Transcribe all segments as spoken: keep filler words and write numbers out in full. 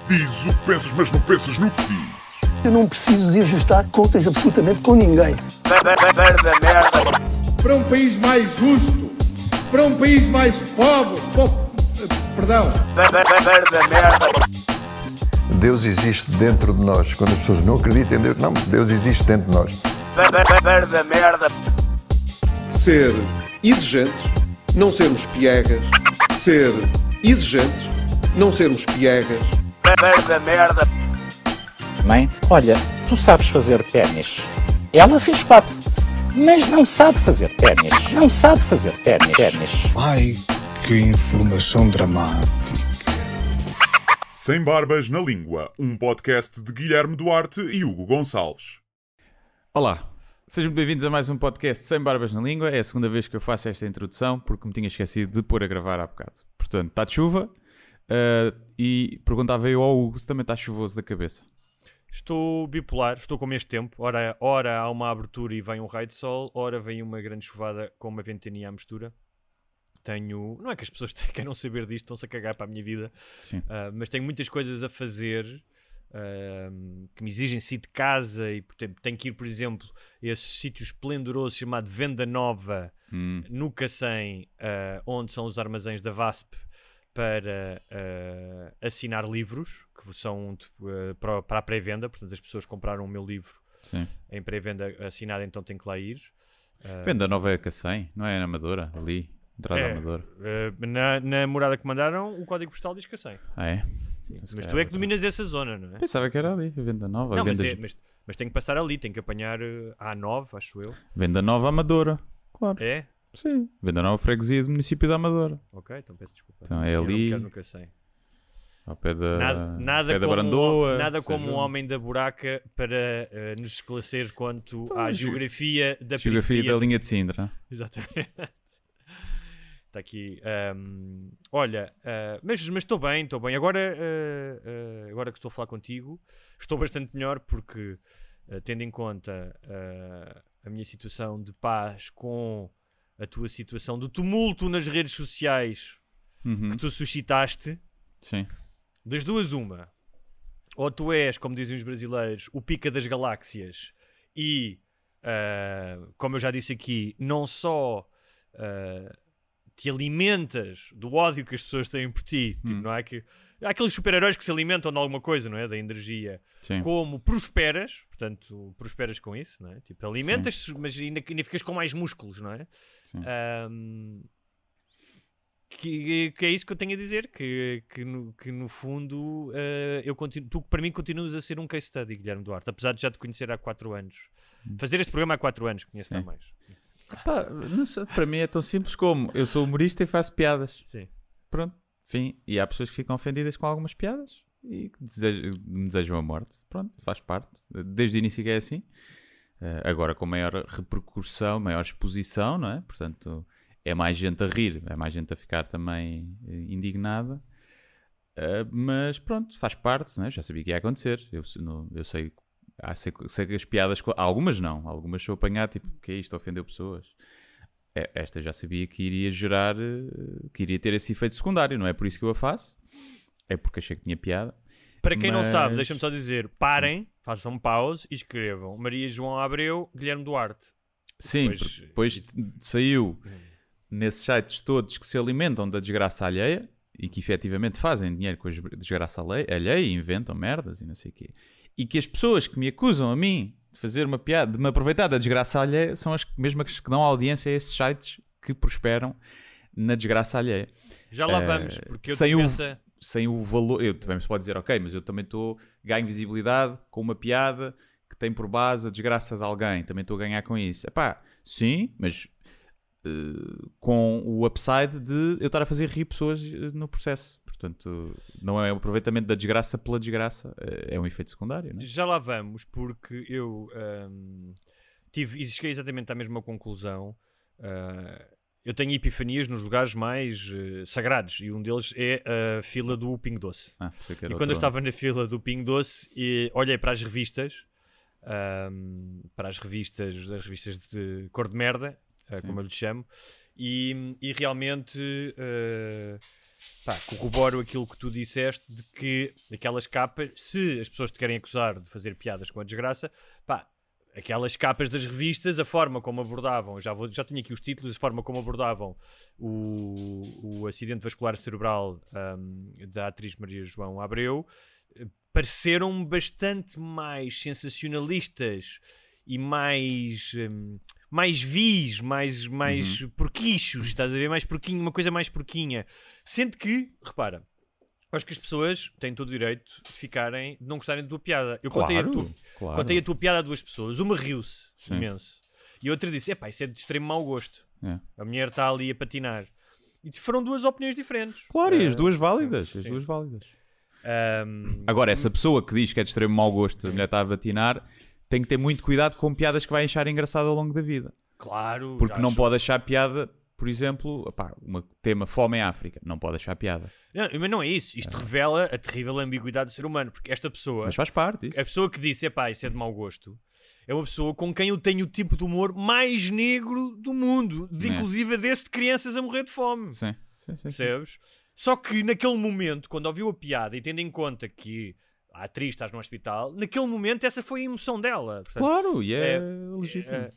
Dizes o que pensas, mas não pensas no que dizes. Eu não preciso de ajustar contas absolutamente com ninguém. Para um país mais justo, para um país mais pobre, po- perdão. Deus existe dentro de nós. Quando as pessoas não acreditam em Deus, não, Deus existe dentro de nós. Ser exigente, não sermos piegas. Ser exigente, não sermos piegas. Mãe, olha, tu sabes fazer ténis. Ela fez quatro, mas não sabe fazer ténis. Não sabe fazer ténis. ténis. Ai, que informação dramática. Sem Barbas na Língua, um podcast de Guilherme Duarte e Hugo Gonçalves. Olá, sejam bem-vindos a mais um podcast Sem Barbas na Língua. É a segunda vez que eu faço esta introdução porque me tinha esquecido de pôr a gravar há bocado. Portanto, está de chuva uh, e perguntava eu ao Hugo se também está chuvoso da cabeça. Estou bipolar, estou como este tempo. Ora, ora há uma abertura e vem um raio de sol, ora vem uma grande chuvada com uma ventania à mistura. Tenho... Não é que as pessoas queiram saber disto, estão-se a cagar para a minha vida. Sim. Uh, mas tenho muitas coisas a fazer uh, que me exigem sair de casa e, portanto, tenho que ir, por exemplo, a esse sítio esplendoroso chamado Venda Nova, Hum. no Cacém, uh, onde são os armazéns da V A S P, para uh, assinar livros, que são uh, para, para a pré-venda. Portanto, as pessoas compraram o meu livro Sim. em pré-venda assinado, então tem que lá ir. Uh, Venda Nova é Cacém, não é na Amadora? Ali, entrada é, Amadora. uh, na, na morada que mandaram, o código postal diz Cacém. Ah, é? Sim. Se Mas calhar tu é que outra. dominas essa zona, não é? Pensava que era ali, Venda Nova. Não, Venda, mas, é, mas, mas tenho que passar ali, tenho que apanhar uh, a A nove, acho eu. Venda Nova Amadora, claro. É? Sim. Venda Nova Freguesia do município da Amadora. Ok, então peço desculpa. Então é Sim, eu não ali- me quero no Cacém. Ao pé da, Nada, nada pé da como, Brandoa. um, nada ou como seja, um homem da buraca para uh, nos esclarecer quanto Então, à ge- geografia da Geografia periferia. da linha de Sintra. Exatamente. Está aqui. Um, olha, uh, mas mas estou bem, estou bem. Agora, uh, uh, agora que estou a falar contigo, estou bastante melhor porque, uh, tendo em conta uh, a minha situação de paz com a tua situação de tumulto nas redes sociais Uhum. que tu suscitaste, Sim. das duas uma. Ou tu és, como dizem os brasileiros, o pica das galáxias e, uh, como eu já disse aqui, não só uh, te alimentas do ódio que as pessoas têm por ti, Hum. tipo, não é que há aqueles super-heróis que se alimentam de alguma coisa, não é? Da energia, Sim. como prosperas, portanto, prosperas com isso, não é? Tipo, alimentas-te, mas ainda, ainda ficas com mais músculos, não é? Sim. Um, que, que é isso que eu tenho a dizer, que, que, no, que no fundo uh, eu continuo, tu para mim continuas a ser um case study, Guilherme Duarte, apesar de já te conhecer há quatro anos. Fazer este programa há quatro anos, conheço-te há Sim. mais. Pá, não sei, para mim é tão simples como eu sou humorista e faço piadas. Sim. Pronto, fim. E há pessoas que ficam ofendidas com algumas piadas e que desejam, me desejam a morte. Pronto, faz parte. Desde o início que é assim. Uh, agora com maior repercussão, maior exposição, não é? Portanto, é mais gente a rir, é mais gente a ficar também eh, indignada. Uh, mas pronto, faz parte, não é? Já sabia que ia acontecer. Eu, não, eu sei, ah, sei, sei que as piadas, algumas não, algumas sou apanhado, tipo, o que é isto? Ofendeu pessoas. É, esta já sabia que iria gerar, uh, que iria ter esse efeito secundário, não é por isso que eu a faço, é porque achei que tinha piada. Para quem Mas- não sabe, deixa-me só dizer, parem, façam um pause e escrevam Maria João Abreu, Guilherme Duarte. Sim, Depois- porque depois saiu nesses sites todos que se alimentam da desgraça alheia e que efetivamente fazem dinheiro com a desgraça alheia, alheia e inventam merdas e não sei o quê. E que as pessoas que me acusam a mim de fazer uma piada, de me aproveitar da desgraça alheia, são as mesmas que dão audiência a esses sites que prosperam na desgraça alheia. Já lá Eh, vamos, porque eu sem tenho o- essa... Sem o valor, eu também se pode dizer, ok, mas eu também estou, ganho visibilidade com uma piada que tem por base a desgraça de alguém, também estou a ganhar com isso. Epá, sim, mas uh, com o upside de eu estar a fazer rir pessoas uh, no processo. Portanto, não é o aproveitamento da desgraça pela desgraça, uh, é um efeito secundário, não é? Já lá vamos, porque eu ahm, tive, e cheguei exatamente à mesma conclusão. Ah, eu tenho epifanias nos lugares mais eh, sagrados, e um deles é a fila do Pingo Doce. Ah, sei que era E quando eu outro- estava na fila do Pingo Doce, e olhei para as revistas, ahm, para as revistas, as revistas de cor de merda, ah, Sim. como eu lhe chamo, e, e realmente ah, pá, corroboro aquilo que tu disseste de que aquelas capas, se as pessoas te querem acusar de fazer piadas com a desgraça, pá, aquelas capas das revistas, a forma como abordavam, já, vou, já tinha aqui os títulos, a forma como abordavam o, o acidente vascular cerebral um, da atriz Maria João Abreu, pareceram bastante mais sensacionalistas e mais, um, mais vis, mais, mais uhum. porquichos, estás a ver? Mais porquinho, uma coisa mais porquinha. Sendo que, repara, acho que as pessoas têm todo o direito de ficarem, de não gostarem da tua piada. Eu claro, contei, a tua, claro. contei a tua piada a duas pessoas, uma riu-se imenso e a outra disse, epá, isso é de extremo mau gosto. É. A mulher está ali a patinar. E foram duas opiniões diferentes. Claro, uh, e as duas uh, válidas. As sim. duas válidas. Um, Agora, essa pessoa que diz que é de extremo mau gosto, a mulher está a patinar, tem que ter muito cuidado com piadas que vai achar engraçado ao longo da vida. Claro. Porque não pode achar piada, por exemplo, opá, um tema fome em África. Não pode achar piada. Não, mas não é isso. Isto é. revela a terrível ambiguidade do ser humano. Porque esta pessoa... Mas faz parte isso. A pessoa que disse, epá, isso é de mau gosto, é uma pessoa com quem eu tenho o tipo de humor mais negro do mundo. De, é. Inclusive desse de crianças a morrer de fome. Sim. Sim, sim, percebes? Sim. Só que naquele momento, quando ouviu a piada e tendo em conta que a atriz está no hospital, naquele momento essa foi a emoção dela. Portanto, claro, e é, é legítimo. É,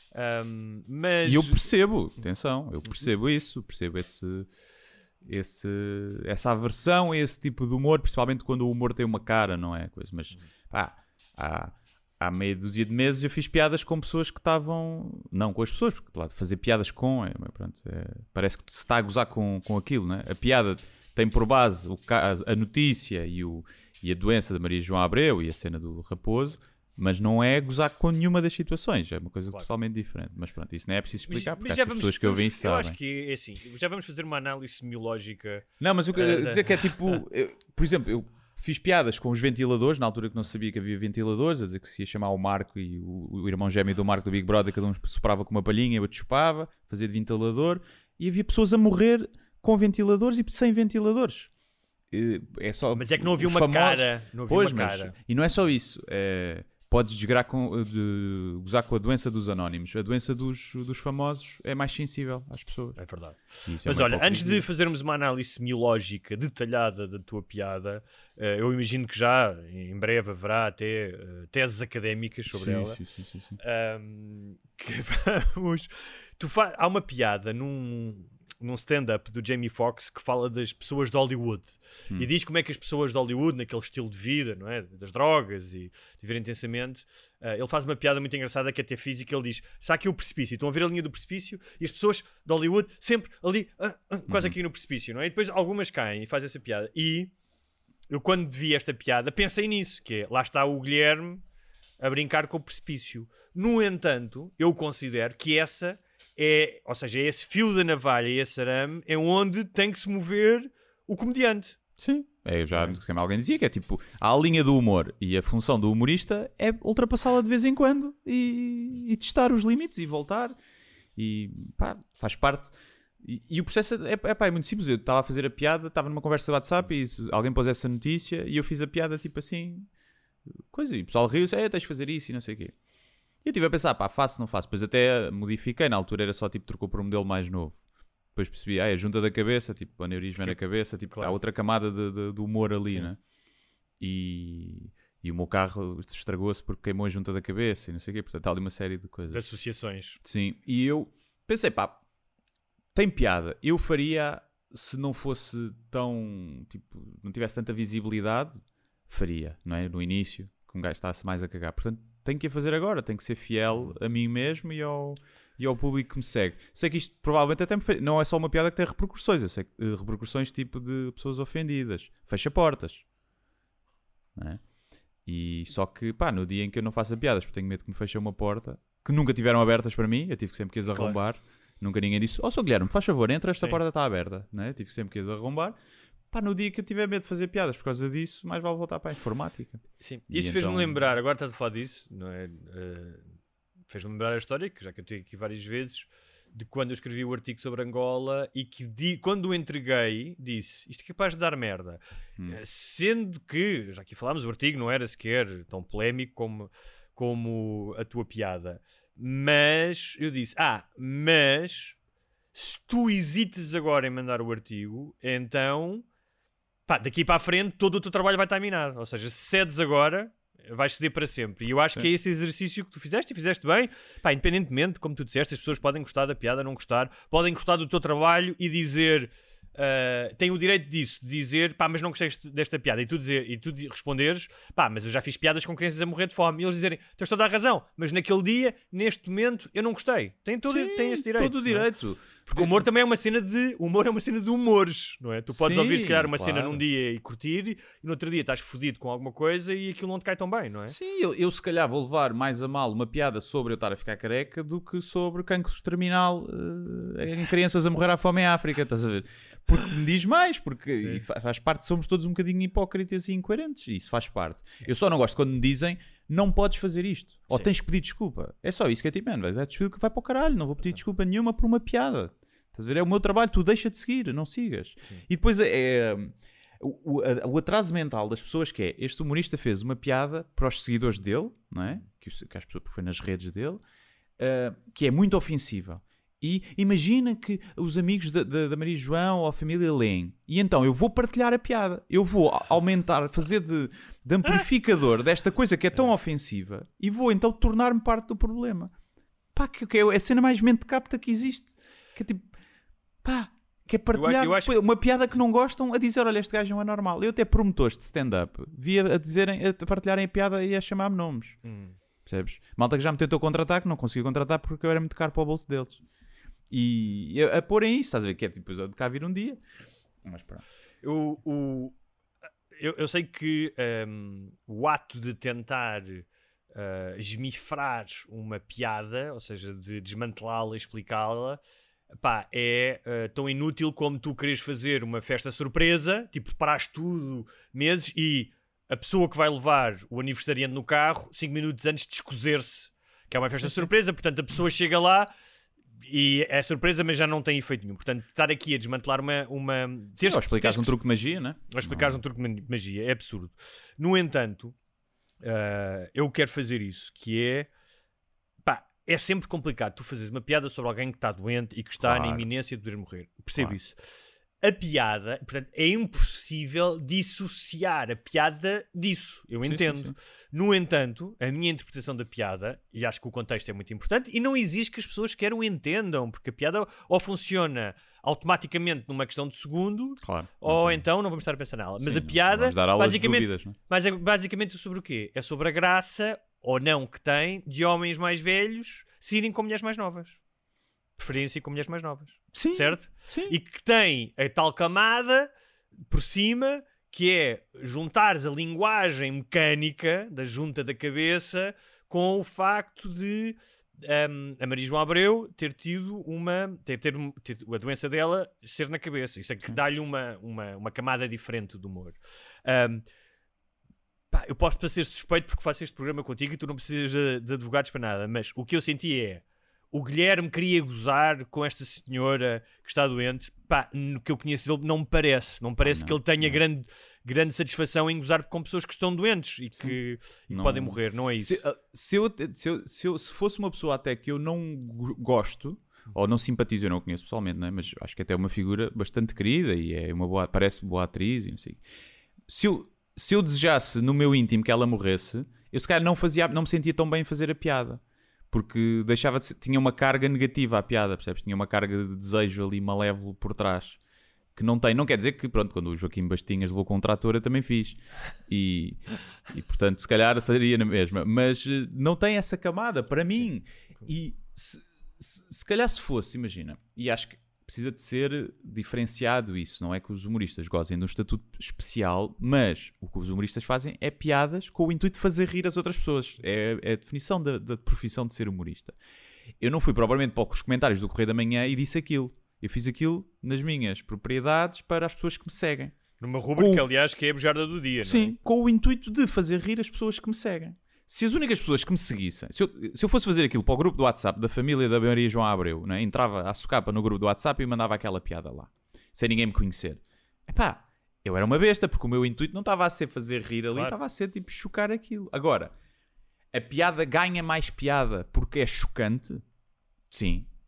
um, mas... E eu percebo, atenção, eu percebo isso, percebo esse, esse, essa aversão a esse tipo de humor, principalmente quando o humor tem uma cara, não é? Coisa, mas pá, há, há meia dúzia de meses eu fiz piadas com pessoas que estavam... Não com as pessoas, porque claro, fazer piadas com... É, pronto, é, parece que se está a gozar com, com aquilo, não é? A piada tem por base o, a notícia e, o, e a doença da Maria João Abreu e a cena do Raposo, mas não é gozar com nenhuma das situações. É uma coisa claro. totalmente diferente. Mas pronto, isso não é preciso explicar, porque mas as pessoas que ouvem sabem. Eu acho que é assim, já vamos fazer uma análise semiológica... Não, mas eu quero uh, dizer que é tipo... Eu, por exemplo, eu... Fiz piadas com os ventiladores, na altura que não sabia que havia ventiladores, a dizer que se ia chamar o Marco e o, o irmão gêmeo do Marco do Big Brother, cada um soprava com uma palhinha, eu te chupava, fazia de ventilador, e havia pessoas a morrer com ventiladores e sem ventiladores. É só, mas é que não havia uma famosos, cara. Não havia pois, uma mas, cara. E não é só isso. É, podes desgrar com, de, gozar com a doença dos anónimos. A doença dos, dos famosos é mais sensível às pessoas. É verdade. Isso mas é olha, antes de fazermos uma análise semiológica detalhada da tua piada, uh, eu imagino que já em breve haverá até uh, teses académicas sobre sim, ela. Sim, sim, sim, sim. Um, que vamos... tu fa... Há uma piada num... num stand-up do Jamie Foxx que fala das pessoas de Hollywood hum. e diz como é que as pessoas de Hollywood, naquele estilo de vida, não é? Das drogas e de viver intensamente, uh, ele faz uma piada muito engraçada que é até física. Ele diz, está aqui o precipício, estão a ver a linha do precipício e as pessoas de Hollywood sempre ali, uh, uh, quase uhum. aqui no precipício, não é? E depois algumas caem e faz essa piada. E eu quando vi esta piada pensei nisso, que é, lá está o Guilherme a brincar com o precipício. No entanto, eu considero que essa é, ou seja, é esse fio da navalha e esse arame é onde tem que se mover o comediante. Sim. É, já é. Alguém dizia que é tipo, há a linha do humor e a função do humorista é ultrapassá-la de vez em quando e, e testar os limites e voltar. E pá, faz parte. E, e o processo é, é, pá, é muito simples. Eu estava a fazer a piada, estava numa conversa de WhatsApp e alguém pôs essa notícia e eu fiz a piada tipo assim, coisa, e o pessoal riu-se, é, tens de fazer isso e não sei o quê. E eu estive a pensar, pá, faço, não faço. Depois até modifiquei, na altura era só tipo, trocou por um modelo mais novo. Depois percebi, ah, é a junta da cabeça, tipo, aneurisma na cabeça, tipo, claro. Há outra camada de, de, de humor ali, sim. Né? E, e o meu carro estragou-se porque queimou a junta da cabeça e não sei o quê. Portanto, há ali uma série de coisas. De associações. Sim, e eu pensei, pá, tem piada. Eu faria, se não fosse tão, tipo, não tivesse tanta visibilidade, faria, não é? No início, que um gajo está-se mais a cagar. Portanto, tenho que a fazer agora, tenho que ser fiel a mim mesmo e ao, e ao público que me segue. Sei que isto provavelmente até me fez, não é só uma piada que tem repercussões, eu sei que uh, repercussões tipo de pessoas ofendidas, fecha portas, não é? E só que, pá, no dia em que eu não faço piadas porque tenho medo que me feche uma porta, que nunca tiveram abertas para mim, eu tive que sempre que as arrombar, claro. Nunca ninguém disse, ó, oh, Sr. Guilherme, faz favor, entra, esta Sim. porta está aberta, não é? Eu tive que sempre que as arrombar. Pá, no dia que eu tiver medo de fazer piadas por causa disso, mais vale voltar para a informática. Sim, isso e fez-me então... lembrar, agora estás a falar disso, não é? Uh, fez-me lembrar a história, que já que eu tenho aqui várias vezes, de quando eu escrevi o artigo sobre Angola e que di, quando o entreguei, disse, isto é capaz de dar merda. Hum. Uh, sendo que, já que falámos, o artigo não era sequer tão polémico como, como a tua piada. Mas, eu disse, ah, mas... se tu hesitas agora em mandar o artigo, então, pá, daqui para a frente todo o teu trabalho vai estar minado. Ou seja, se cedes agora, vais ceder para sempre. E eu acho Sim. que é esse exercício que tu fizeste e fizeste bem. Pá, independentemente, como tu disseste, as pessoas podem gostar da piada, não gostar, podem gostar do teu trabalho e dizer... Uh, tem o direito disso, de dizer pá, mas não gostei desta piada, e tu, dizer, e tu responderes pá, mas eu já fiz piadas com crianças a morrer de fome, e eles dizerem, tens toda a razão, mas naquele dia, neste momento, eu não gostei. Tem todo, Sim, tem esse direito, todo o direito. Porque o humor também é uma cena de humor é uma cena de humores, não é? Tu podes Sim, ouvir se calhar uma claro. cena num dia e curtir, e no outro dia estás fodido com alguma coisa e aquilo não te cai tão bem, não é? Sim, eu, eu se calhar vou levar mais a mal uma piada sobre eu estar a ficar careca do que sobre cancro terminal uh, em crianças a morrer à fome em África, estás a ver? Porque me diz mais, porque faz parte, somos todos um bocadinho hipócritas e incoerentes, e isso faz parte. Eu só não gosto quando me dizem não podes fazer isto, ou Sim. tens que pedir desculpa. É só isso que é tipo, mano, vai, vai para o caralho, não vou pedir desculpa nenhuma por uma piada. Estás a ver? É o meu trabalho, tu deixa de seguir, não sigas. Sim. E depois é, é o, o, o atraso mental das pessoas que é, este humorista fez uma piada para os seguidores dele, não é? Que, que as pessoas foi nas redes dele, uh, que é muito ofensiva. E imagina que os amigos da, da, da Maria João ou a família leem. E então eu vou partilhar a piada. Eu vou aumentar, fazer de, de amplificador desta coisa que é tão ofensiva e vou então tornar-me parte do problema. Pá, que, que é a cena mais mente capta que existe. Que é tipo, pá, que é partilhar eu acho... uma piada que não gostam a dizer, olha, este gajo não é normal. Eu até promotores de stand-up via a dizerem, a partilharem a piada e a chamar-me nomes. Hum. Percebes? Malta que já me tentou contratar, que não consegui contratar porque eu era muito caro para o bolso deles. E a, a porem isso, estás a ver? Que é tipo, de cá vir um dia. Mas pronto. Eu, o, eu, eu sei que um, o ato de tentar uh, esmifrar uma piada, ou seja, de desmantelá-la e explicá-la, pá, é uh, tão inútil como tu queres fazer uma festa surpresa, tipo, preparaste tudo meses e a pessoa que vai levar o aniversariante no carro, cinco minutos antes de descozer-se, que é uma festa surpresa, portanto a pessoa chega lá e é surpresa, mas já não tem efeito nenhum. Portanto, estar aqui a desmantelar uma... uma... Sim, ou explicares um truque de magia, não é? Ou explicares um truque de magia, é absurdo. No entanto, uh, eu quero fazer isso, que é... Pá, é sempre complicado tu fazeres uma piada sobre alguém que está doente e que está claro. na iminência de poder morrer. Percebo claro. isso. A piada, portanto, é impossível dissociar a piada disso. Eu sim, entendo. Sim, sim. No entanto, a minha interpretação da piada, e acho que o contexto é muito importante, e não exige que as pessoas queiram o entendam, porque a piada ou funciona automaticamente numa questão de segundos, claro, ou então não vamos estar a pensar nela. Mas sim, a piada, basicamente, dúvidas, não? Mas é basicamente sobre o quê? É sobre a graça, ou não, que tem de homens mais velhos se irem com mulheres mais novas. Preferência com mulheres mais novas. Sim, certo? Sim. E que tem a tal camada por cima que é juntares a linguagem mecânica da junta da cabeça com o facto de um, a Maria João Abreu ter tido uma ter, ter, ter a doença dela ser na cabeça. Isso é que dá-lhe uma, uma, uma camada diferente do humor. Um, pá, eu posso ser suspeito porque faço este programa contigo e tu não precisas de, de advogados para nada, mas o que eu senti é o Guilherme queria gozar com esta senhora que está doente. Pá, no que eu conheço dele, não me parece. Não me parece ah, não, que ele tenha grande, grande satisfação em gozar com pessoas que estão doentes e que, e que podem morrer. Não é isso. Se, se, eu, se, eu, se, eu, se fosse uma pessoa até que eu não gosto, ou não simpatizo, eu não a conheço pessoalmente, não é? Mas acho que até é uma figura bastante querida e é uma boa, parece boa atriz e não sei. Se eu, se eu desejasse no meu íntimo que ela morresse, eu se calhar não, fazia, não me sentia tão bem fazer a piada. Porque deixava de ser, tinha uma carga negativa à piada, percebes? Tinha uma carga de desejo ali malévolo por trás. Que não tem, não quer dizer que, pronto, quando o Joaquim Bastinhas levou com um trator eu também fiz. E, e portanto, se calhar faria na mesma. Mas não tem essa camada, para mim. E se, se, se calhar se fosse, imagina, e acho que precisa de ser diferenciado isso. Não é que os humoristas gozem de um estatuto especial, mas o que os humoristas fazem é piadas com o intuito de fazer rir as outras pessoas. É, é a definição da, da profissão de ser humorista. Eu não fui propriamente para os comentários do Correio da Manhã e disse aquilo. Eu fiz aquilo nas minhas propriedades para as pessoas que me seguem. Numa rubrica, com... aliás, que é a bujarda do dia. Sim, não é? Com o intuito de fazer rir as pessoas que me seguem. Se as únicas pessoas que me seguissem, se eu, se eu fosse fazer aquilo para o grupo do WhatsApp da família da Maria João Abreu, não é? Entrava à socapa no grupo do WhatsApp e mandava aquela piada lá, sem ninguém me conhecer. Epá, eu era uma besta, porque o meu intuito não estava a ser fazer rir ali, claro. Estava a ser tipo chocar aquilo. Agora, a piada ganha mais piada porque é chocante? Sim.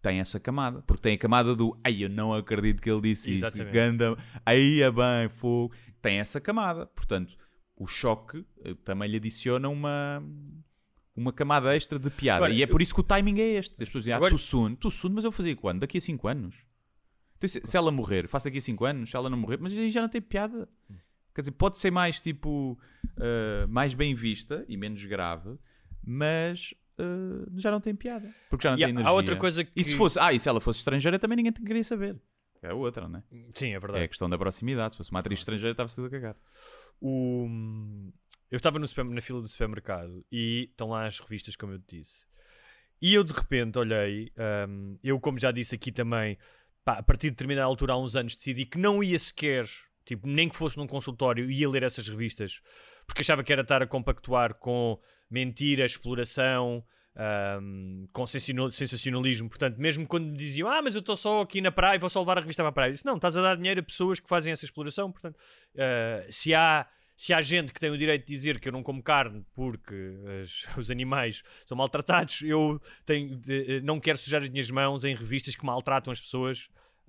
tem essa camada. Porque tem a camada do ai, eu não acredito que ele disse Exatamente. isto. Ganda, aí é bem, fogo. Tem essa camada. Portanto, o choque eh, também lhe adiciona uma, uma camada extra de piada. Agora, e é eu- por isso que o timing é este. As pessoas dizem, ah, Agora- tu soon, tu soon, mas eu fazia quando? Daqui a cinco anos. Então, se, se ela morrer, faço daqui a cinco anos, se ela não morrer, mas aí já não tem piada. Quer dizer, pode ser mais tipo uh, mais bem vista e menos grave, mas uh, já não tem piada. Porque já não E tem há- há energia. outra coisa que- E se fosse, ah, e se ela fosse estrangeira também ninguém queria saber. É outra, não é? Sim, é É verdade. a questão da proximidade. Se fosse uma atriz estrangeira, estava-se tudo a cagar. O... Eu estava no super- na fila do supermercado e estão lá as revistas, como eu te disse. E eu de repente olhei, hum, eu como já disse aqui também, pá, a partir de determinada altura, há uns anos, decidi que não ia sequer, tipo, nem que fosse num consultório, ia ler essas revistas, porque achava que era estar a compactuar com mentira, exploração, hum, com sensacional- sensacionalismo. Portanto, mesmo quando me diziam, ah, mas eu estou só aqui na praia, vou só levar a revista para a praia. Eu disse, não, estás a dar dinheiro a pessoas que fazem essa exploração. Portanto, uh, se há... Se há gente que tem o direito de dizer que eu não como carne porque as- os animais são maltratados, eu tenho, de- não quero sujar as minhas mãos em revistas que maltratam as pessoas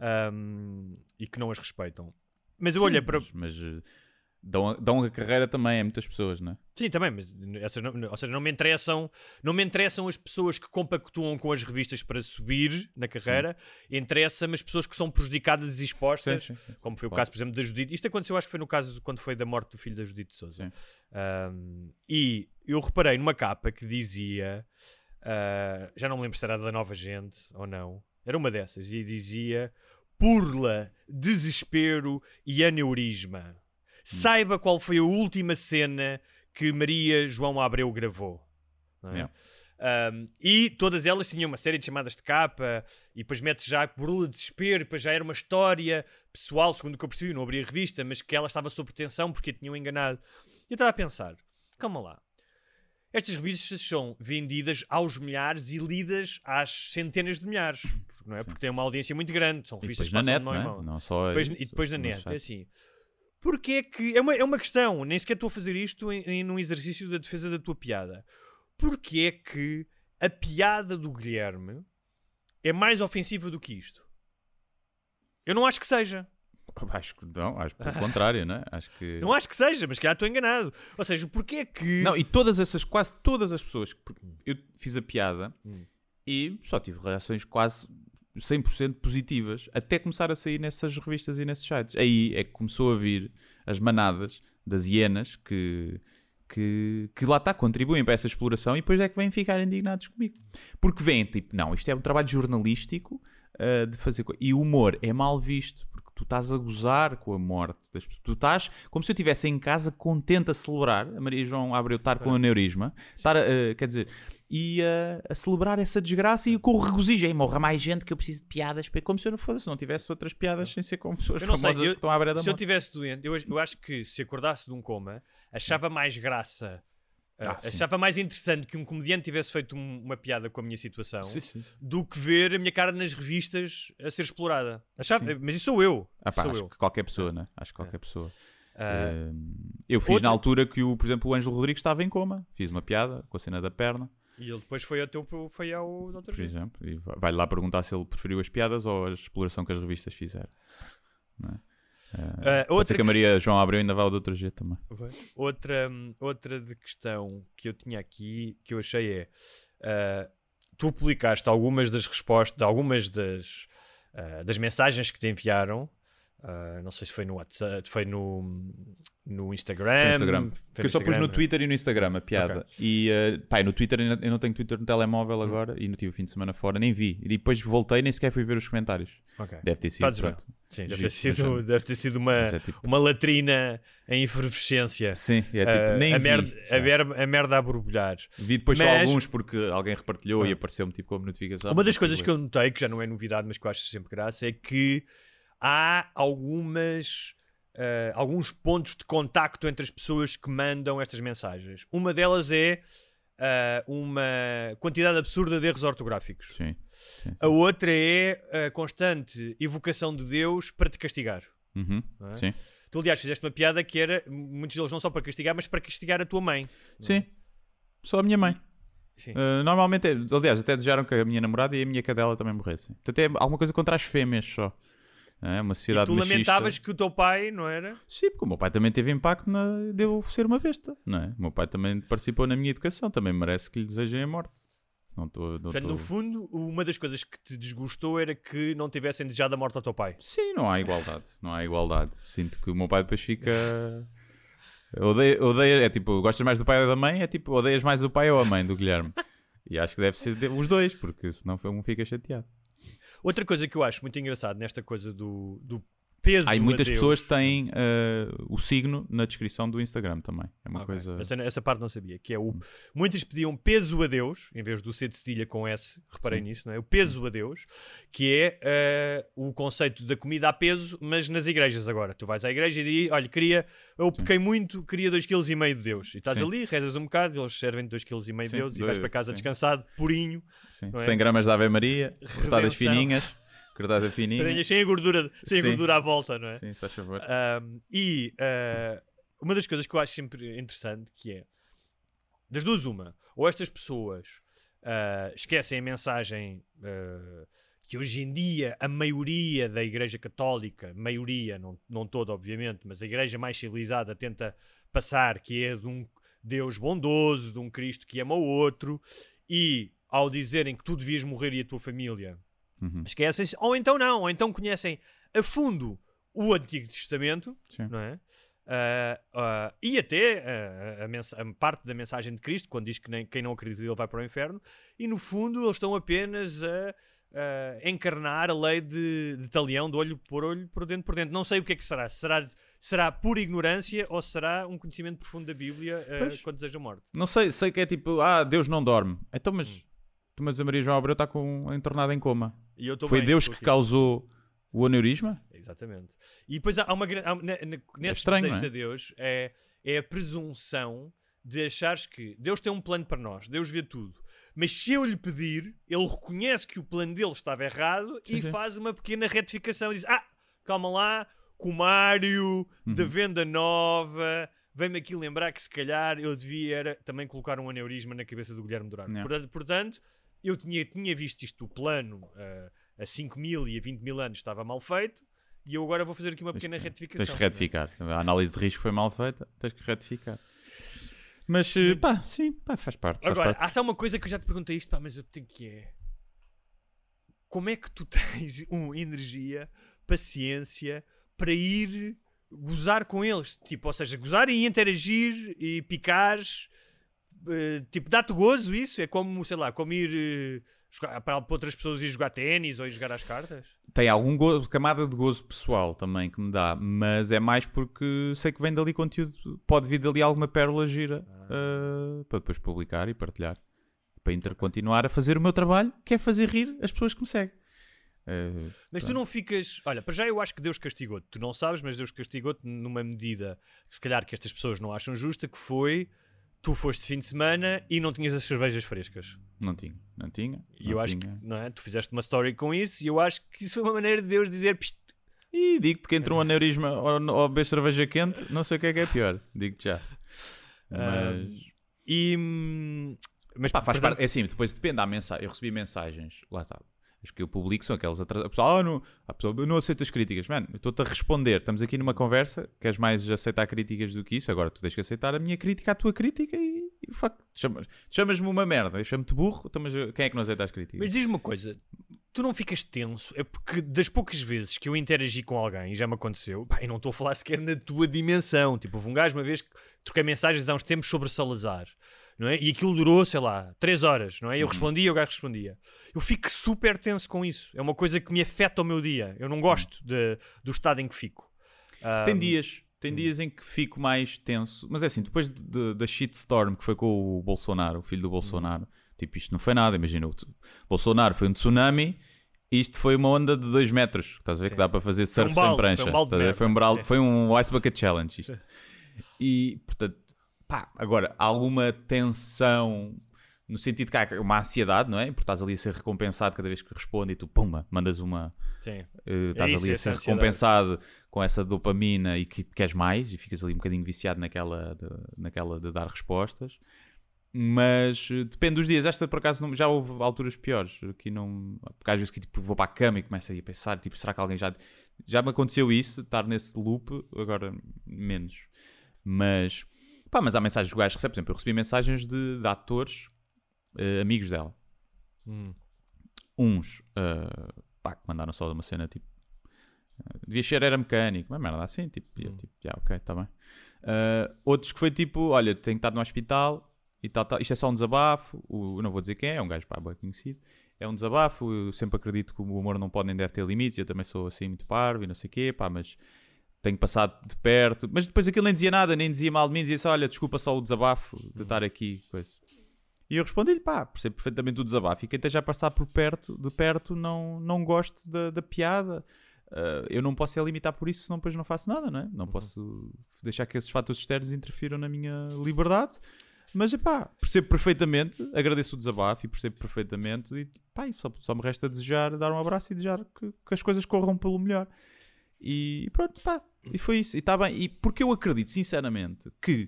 ahm, e que não as respeitam. Mas eu olhei para... Mas, mas, uh, dão, a, dão a carreira também a muitas pessoas, não é? Sim, também, mas essas não, ou seja, não me interessam, não me interessam as pessoas que compactuam com as revistas para subir na carreira, interessa-me as pessoas que são prejudicadas e expostas, Sim, sim, sim. como foi o Claro. caso, por exemplo, da Judite. Isto aconteceu, acho que foi no caso quando foi da morte do filho da Judite de Sousa. Sim. Um, e eu reparei numa capa que dizia, uh, já não me lembro se era da Nova Gente ou não, era uma dessas, e dizia Purla, desespero e aneurisma. Saiba qual foi a última cena que Maria João Abreu gravou. Não é? Yeah. Um, e todas elas tinham uma série de chamadas de capa, e depois mete já Purla, desespero, e depois já era uma história pessoal, segundo o que eu percebi, não abri a revista, mas que ela estava sob tensão porque a tinham enganado. E eu estava a pensar, calma lá, estas revistas são vendidas aos milhares e lidas às centenas de milhares, porque, não é? Porque têm uma audiência muito grande, são E revistas depois que na passam net, de mão não em é? mão. Não só Depois- aí, e depois na no net, site. é assim. Porque é que... É uma, é uma questão, nem sequer estou a fazer isto em, em num exercício da defesa da tua piada. Porque é que a piada do Guilherme é mais ofensiva do que isto? Eu não acho que seja. Acho que não, acho pelo contrário, não é? Acho que... Não acho que seja, mas que estou enganado. Ou seja, porque é que... Não, e todas essas, quase todas as pessoas, porque eu fiz a piada Hum. e só tive reações quase cem por cento positivas, até começar a sair nessas revistas e nesses sites. Aí é que começou a vir as manadas das hienas que, que, que lá está, contribuem para essa exploração, e depois é que vêm ficar indignados comigo. Porque vêm, tipo, não, isto é um trabalho jornalístico uh, de fazer... co- E o humor é mal visto, porque tu estás a gozar com a morte das pessoas. Tu estás como se eu estivesse em casa contente a celebrar, a Maria João Abreu estar com aneurisma, estar a, uh, quer dizer, e uh, a celebrar essa desgraça e com o regozijo. Ei, morra mais gente que eu preciso de piadas, para- como se eu não fosse, se não tivesse outras piadas sem ser com pessoas Eu não sei, famosas eu- que estão à beira da Se eu morte. tivesse doente, eu, eu acho que se acordasse de um coma, achava mais graça, Ah, uh, sim. achava mais interessante que um comediante tivesse feito um- uma piada com a minha situação Sim, sim, sim. do que ver a minha cara nas revistas a ser explorada. Achava, Sim. mas isso sou eu. Ah, pá, sou acho eu. que qualquer pessoa, né? Acho que qualquer pessoa. Ah, Um, eu fiz outra- na altura que, o, por exemplo, o Ângelo Rodrigues estava em coma. Fiz uma piada com a cena da perna, e ele depois foi ao, teu, foi ao doutor por Gil. exemplo. E vai- vai-lhe lá perguntar se ele preferiu as piadas ou a exploração que as revistas fizeram. Não é? Uh, Ah, pode outra ser que a Maria João Abreu ainda vá ao doutor G também. Outra, outra de questão que eu tinha aqui que eu achei é ah, tu publicaste algumas das respostas, algumas das, ah, das mensagens que te enviaram. ah, não sei se foi no WhatsApp, foi no, no Instagram. No Instagram. foi Porque eu só pus no Instagram. Twitter e no Instagram a piada. E uh, pá, no Twitter eu não- eu não tenho Twitter no telemóvel agora e não tive o fim de semana fora, nem vi. E depois voltei nem sequer fui ver os comentários. Ok. Deve ter sido. Podes ver. Pronto. Sim, deve Giro, ter sido, mas, deve ter sido uma, mas é tipo- uma latrina em efervescência. Sim, é tipo, Ah, nem a, vi. merda, já. a, merda, a merda a borbulhar. Vi depois só Mas- alguns porque alguém repartilhou Ah. e apareceu-me tipo como notificação. Uma das Mas coisas eu que eu notei, que já não é novidade, mas que eu acho sempre graça, é que há algumas, ah, alguns pontos de contacto entre as pessoas que mandam estas mensagens. Uma delas é ah, uma quantidade absurda de erros ortográficos. Sim. sim, sim. A outra é a constante evocação de Deus para te castigar. Uhum, Não é? Sim. Tu, aliás, fizeste uma piada que era, muitos deles não só para castigar, mas para castigar a tua mãe. Sim. Só a minha mãe. Uh, normalmente, é, aliás, até desejaram que a minha namorada e a minha cadela também morressem. Portanto, é alguma coisa contra as fêmeas só. É uma sociedade e tu machista. lamentavas que o teu pai, não era? Sim, porque o meu pai também teve impacto na... de eu ser uma besta, não é? O meu pai também participou na minha educação, também merece que lhe desejem a morte. Não tô, não Portanto, tô... no fundo, uma das coisas que te desgostou era que não tivessem desejado a morte ao teu pai. Sim, não há igualdade. Não há igualdade. Sinto que o meu pai depois fica... Odeia, odeia, é tipo, gostas mais do pai ou da mãe? É tipo, odeias mais o pai ou a mãe do Guilherme? E acho que deve ser os dois, porque senão um fica chateado. Outra coisa que eu acho muito engraçado nesta coisa do, do peso Há muitas a Deus, pessoas têm uh, o signo na descrição do Instagram também. É uma okay. coisa... Essa, essa parte não sabia. Que é o... Muitos pediam peso a Deus, em vez do C de cedilha com S, reparei Sim. nisso, não é? O peso a Deus, que é uh, o conceito da comida a peso, mas nas igrejas agora. Tu vais à igreja e dizes, olha, queria, eu pequei Sim. muito, queria dois vírgula cinco quilos de Deus. E estás Sim. ali, rezas um bocado, eles servem dois vírgula cinco quilos de Deus Sim, e vais para casa Sim. descansado, purinho. É? cem gramas de Ave Maria, cortadas fininhas. Cortada fininha. Sem a gordura, sem a gordura à volta, não é? Sim, se faz favor. Um, e uh, uma das coisas que eu acho sempre interessante, que é, das duas uma, ou estas pessoas uh, esquecem a mensagem uh, que hoje em dia a maioria da Igreja Católica, maioria, não, não toda obviamente, mas a Igreja mais civilizada tenta passar, que é de um Deus bondoso, de um Cristo que ama o outro, e ao dizerem que tu devias morrer e a tua família... Uhum. Esquecem-se, ou então não, ou então conhecem a fundo o Antigo Testamento, Sim. não é? Uh, uh, e até uh, a, a parte da mensagem de Cristo, quando diz que nem, quem não acredita nele vai para o inferno, e no fundo eles estão apenas a, a encarnar a lei de, de talião, de olho por olho, por dentro por dentro. Não sei o que é que será. Será, será pura ignorância ou será um conhecimento profundo da Bíblia uh, quando deseja a morte? Não sei, sei que é tipo, ah, Deus não dorme. Então, mas... Hum. Mas a Maria João Abreu está com internada em coma. E eu Foi bem, Deus que causou o aneurisma? Exatamente. E depois há uma grande... Nesse é desejo é? a Deus é, é a presunção de achares que Deus tem um plano para nós. Deus vê tudo. Mas se eu lhe pedir, ele reconhece que o plano dele estava errado sim, e sim. faz uma pequena retificação. E diz, ah, calma lá, com o Mário, uhum. da venda nova... Vem-me aqui lembrar que se calhar eu devia era também colocar um aneurisma na cabeça do Guilherme Durante. Portanto, portanto, eu tinha, tinha visto isto, o plano uh, a cinco mil e a vinte mil anos estava mal feito e eu agora vou fazer aqui uma pequena tens, retificação. Tens que retificar. Não é? A análise de risco foi mal feita, tens que retificar. Mas, uh, pá, sim, pá, faz parte. Faz agora, parte. há só uma coisa que eu já te perguntei isto, pá, mas eu tenho que é... Como é que tu tens um, energia, paciência para ir... gozar com eles, tipo, ou seja, gozar e interagir e picares, uh, tipo, dá-te gozo isso? É como, sei lá, como ir uh, jogar, para, para outras pessoas ir jogar ténis ou ir jogar às cartas? Tem algum gozo, camada de gozo pessoal também que me dá, mas é mais porque sei que vem dali conteúdo, pode vir dali alguma pérola gira ah. uh, para depois publicar e partilhar, para inter continuar a fazer o meu trabalho, que é fazer rir as pessoas que me seguem. Uh, mas tu não ficas... Olha, para já eu acho que Deus castigou-te. Tu não sabes, mas Deus castigou-te numa medida que se calhar que estas pessoas não acham justa, que foi... Tu foste de fim de semana e não tinhas as cervejas frescas. Não tinha, não tinha. E eu não acho tinha. que, não é? Tu fizeste uma story com isso e eu acho que isso foi uma maneira de Deus dizer... Psst. E digo-te que entre um aneurisma ou, ou beber cerveja quente, não sei o que é que é pior. Digo-te já. Mas... Um, e... Mas pá, faz parte... É assim, depois depende da mensagem. Eu recebi mensagens... Lá está. As que eu publico são aquelas atrasadas. A pessoa, oh, não, a pessoa não aceita as críticas. Mano, eu estou-te a responder. Estamos aqui numa conversa. Queres mais aceitar críticas do que isso? Agora tu tens que aceitar a minha crítica, a tua crítica e, e fuck. Chamas, chamas-me uma merda. Eu chamo-te burro. Então, mas quem é que não aceita as críticas? Mas diz-me uma coisa. Tu não ficas tenso? É porque das poucas vezes que eu interagi com alguém, e já me aconteceu, pá, eu não estou a falar sequer na tua dimensão. Tipo, houve um gajo uma vez que troquei mensagens há uns tempos sobre Salazar. Não é? E aquilo durou, sei lá, três horas, não é? Eu respondia e o gajo respondia. Eu fico super tenso com isso. É uma coisa que me afeta o meu dia. Eu não gosto de, do estado em que fico. Tem um... dias. Tem dias em que fico mais tenso. Mas é assim, depois de, de, da shitstorm que foi com o Bolsonaro, o filho do Bolsonaro, hum. tipo, isto não foi nada. Imagina, o Bolsonaro foi um tsunami e isto foi uma onda de dois metros. Estás a ver? Sim. Que dá para fazer surf um balde, sem prancha. Foi um, balde de merda, foi, um balde, foi um Ice Bucket Challenge. Isto. E, portanto, pá, agora, há alguma tensão no sentido que há uma ansiedade, não é? Porque estás ali a ser recompensado cada vez que responde e tu, pumba, mandas uma... Sim. Uh, estás é isso, ali a ser ansiedade. Recompensado com essa dopamina e que queres mais e ficas ali um bocadinho viciado naquela de, naquela de dar respostas. Mas uh, depende dos dias. Esta, por acaso, não, já houve alturas piores. Aqui não... Porque às vezes que, tipo, vou para a cama e começo a, ir a pensar, tipo, será que alguém já... Já me aconteceu isso, estar nesse loop, agora menos. Mas, pá, mas há mensagens que o gajo recebe. Por exemplo, eu recebi mensagens de, de atores, uh, amigos dela. Hum. Uns, uh, pá, que mandaram só uma cena, tipo, uh, devia ser, era mecânico, mas merda assim, tipo, hum. eu, tipo, já, ok, está bem. Uh, outros que foi tipo, olha, tenho estado no hospital e tal, tal. Isto é só um desabafo, o, eu não vou dizer quem é, é um gajo, pá, bem conhecido. É um desabafo, eu sempre acredito que o humor não pode nem deve ter limites, eu também sou assim muito parvo e não sei o quê, pá, mas tenho passado de perto. Mas depois aquilo nem dizia nada, nem dizia mal de mim, dizia só, olha, desculpa só o desabafo de estar aqui, coisa. E eu respondi-lhe, pá, percebo perfeitamente o desabafo, e quem esteja a passar por perto, de perto não, não goste da, da piada. Uh, eu não posso é limitar por isso, senão depois não faço nada, não é? Não uhum. posso deixar que esses fatores externos interfiram na minha liberdade. Mas, pá, percebo perfeitamente, agradeço o desabafo e percebo perfeitamente e, pá, só, só me resta desejar, dar um abraço e desejar que, que as coisas corram pelo melhor. E pronto, pá, e foi isso. E está bem. E porque eu acredito, sinceramente, que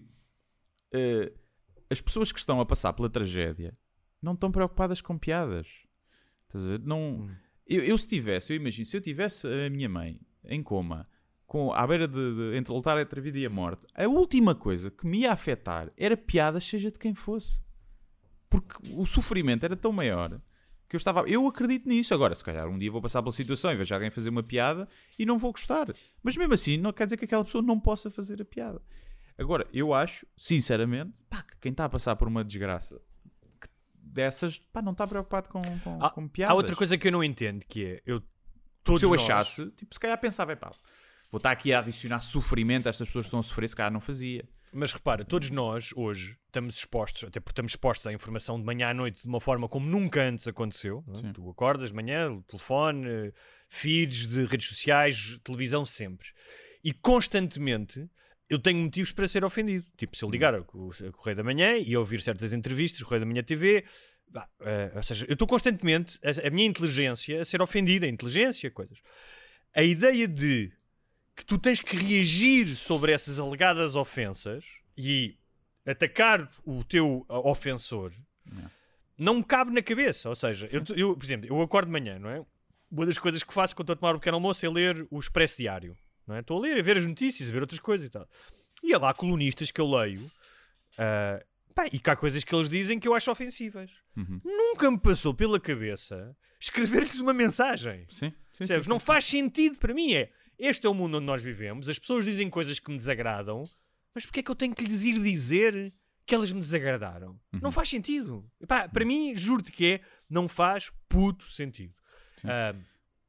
uh, as pessoas que estão a passar pela tragédia não estão preocupadas com piadas. Estás a ver? Não, hum. eu, eu se tivesse, eu imagino, se eu tivesse a minha mãe em coma, com, à beira de, de entre lutar entre a vida e a morte, a última coisa que me ia afetar era piadas, seja de quem fosse. Porque o sofrimento era tão maior que eu estava... Eu acredito nisso. Agora, se calhar um dia vou passar pela situação e vejo alguém fazer uma piada e não vou gostar. Mas mesmo assim, não quer dizer que aquela pessoa não possa fazer a piada. Agora, eu acho, sinceramente, pá, que quem está a passar por uma desgraça dessas, pá, não está preocupado com, com, há, com piadas. Há outra coisa que eu não entendo, que é... Eu, todos se eu nós... achasse, tipo, se calhar pensava, é pá, vou estar aqui a adicionar sofrimento a estas pessoas que estão a sofrer, se calhar não fazia. Mas repara, todos nós hoje estamos expostos, até porque estamos expostos à informação de manhã à noite de uma forma como nunca antes aconteceu. Não é? Tu acordas de manhã, o telefone, feeds de redes sociais, televisão sempre. E constantemente eu tenho motivos para ser ofendido. Tipo, se eu ligar a Correio da Manhã e ouvir certas entrevistas, Correio da Manhã T V, bah, uh, ou seja, eu estou constantemente, a, a minha inteligência, a ser ofendida, a inteligência, coisas. A ideia de que tu tens que reagir sobre essas alegadas ofensas e atacar o teu ofensor não, não me cabe na cabeça. Ou seja, eu, eu, por exemplo, eu acordo de manhã, não é? Uma das coisas que faço quando estou a tomar o pequeno almoço é ler o Expresso Diário. Não é? Estou a ler, a ver as notícias, a ver outras coisas e tal. E há lá colunistas que eu leio uh, pá, e que há coisas que eles dizem que eu acho ofensivas. Uhum. Nunca me passou pela cabeça escrever-lhes uma mensagem. Sim, sim, sim, sim, não sim. faz sentido para mim. É, este é o mundo onde nós vivemos, as pessoas dizem coisas que me desagradam, mas porquê é que eu tenho que lhes ir dizer que elas me desagradaram? Uhum. Não faz sentido. Epá, para mim, juro-te que é, não faz puto sentido. Sim, uh,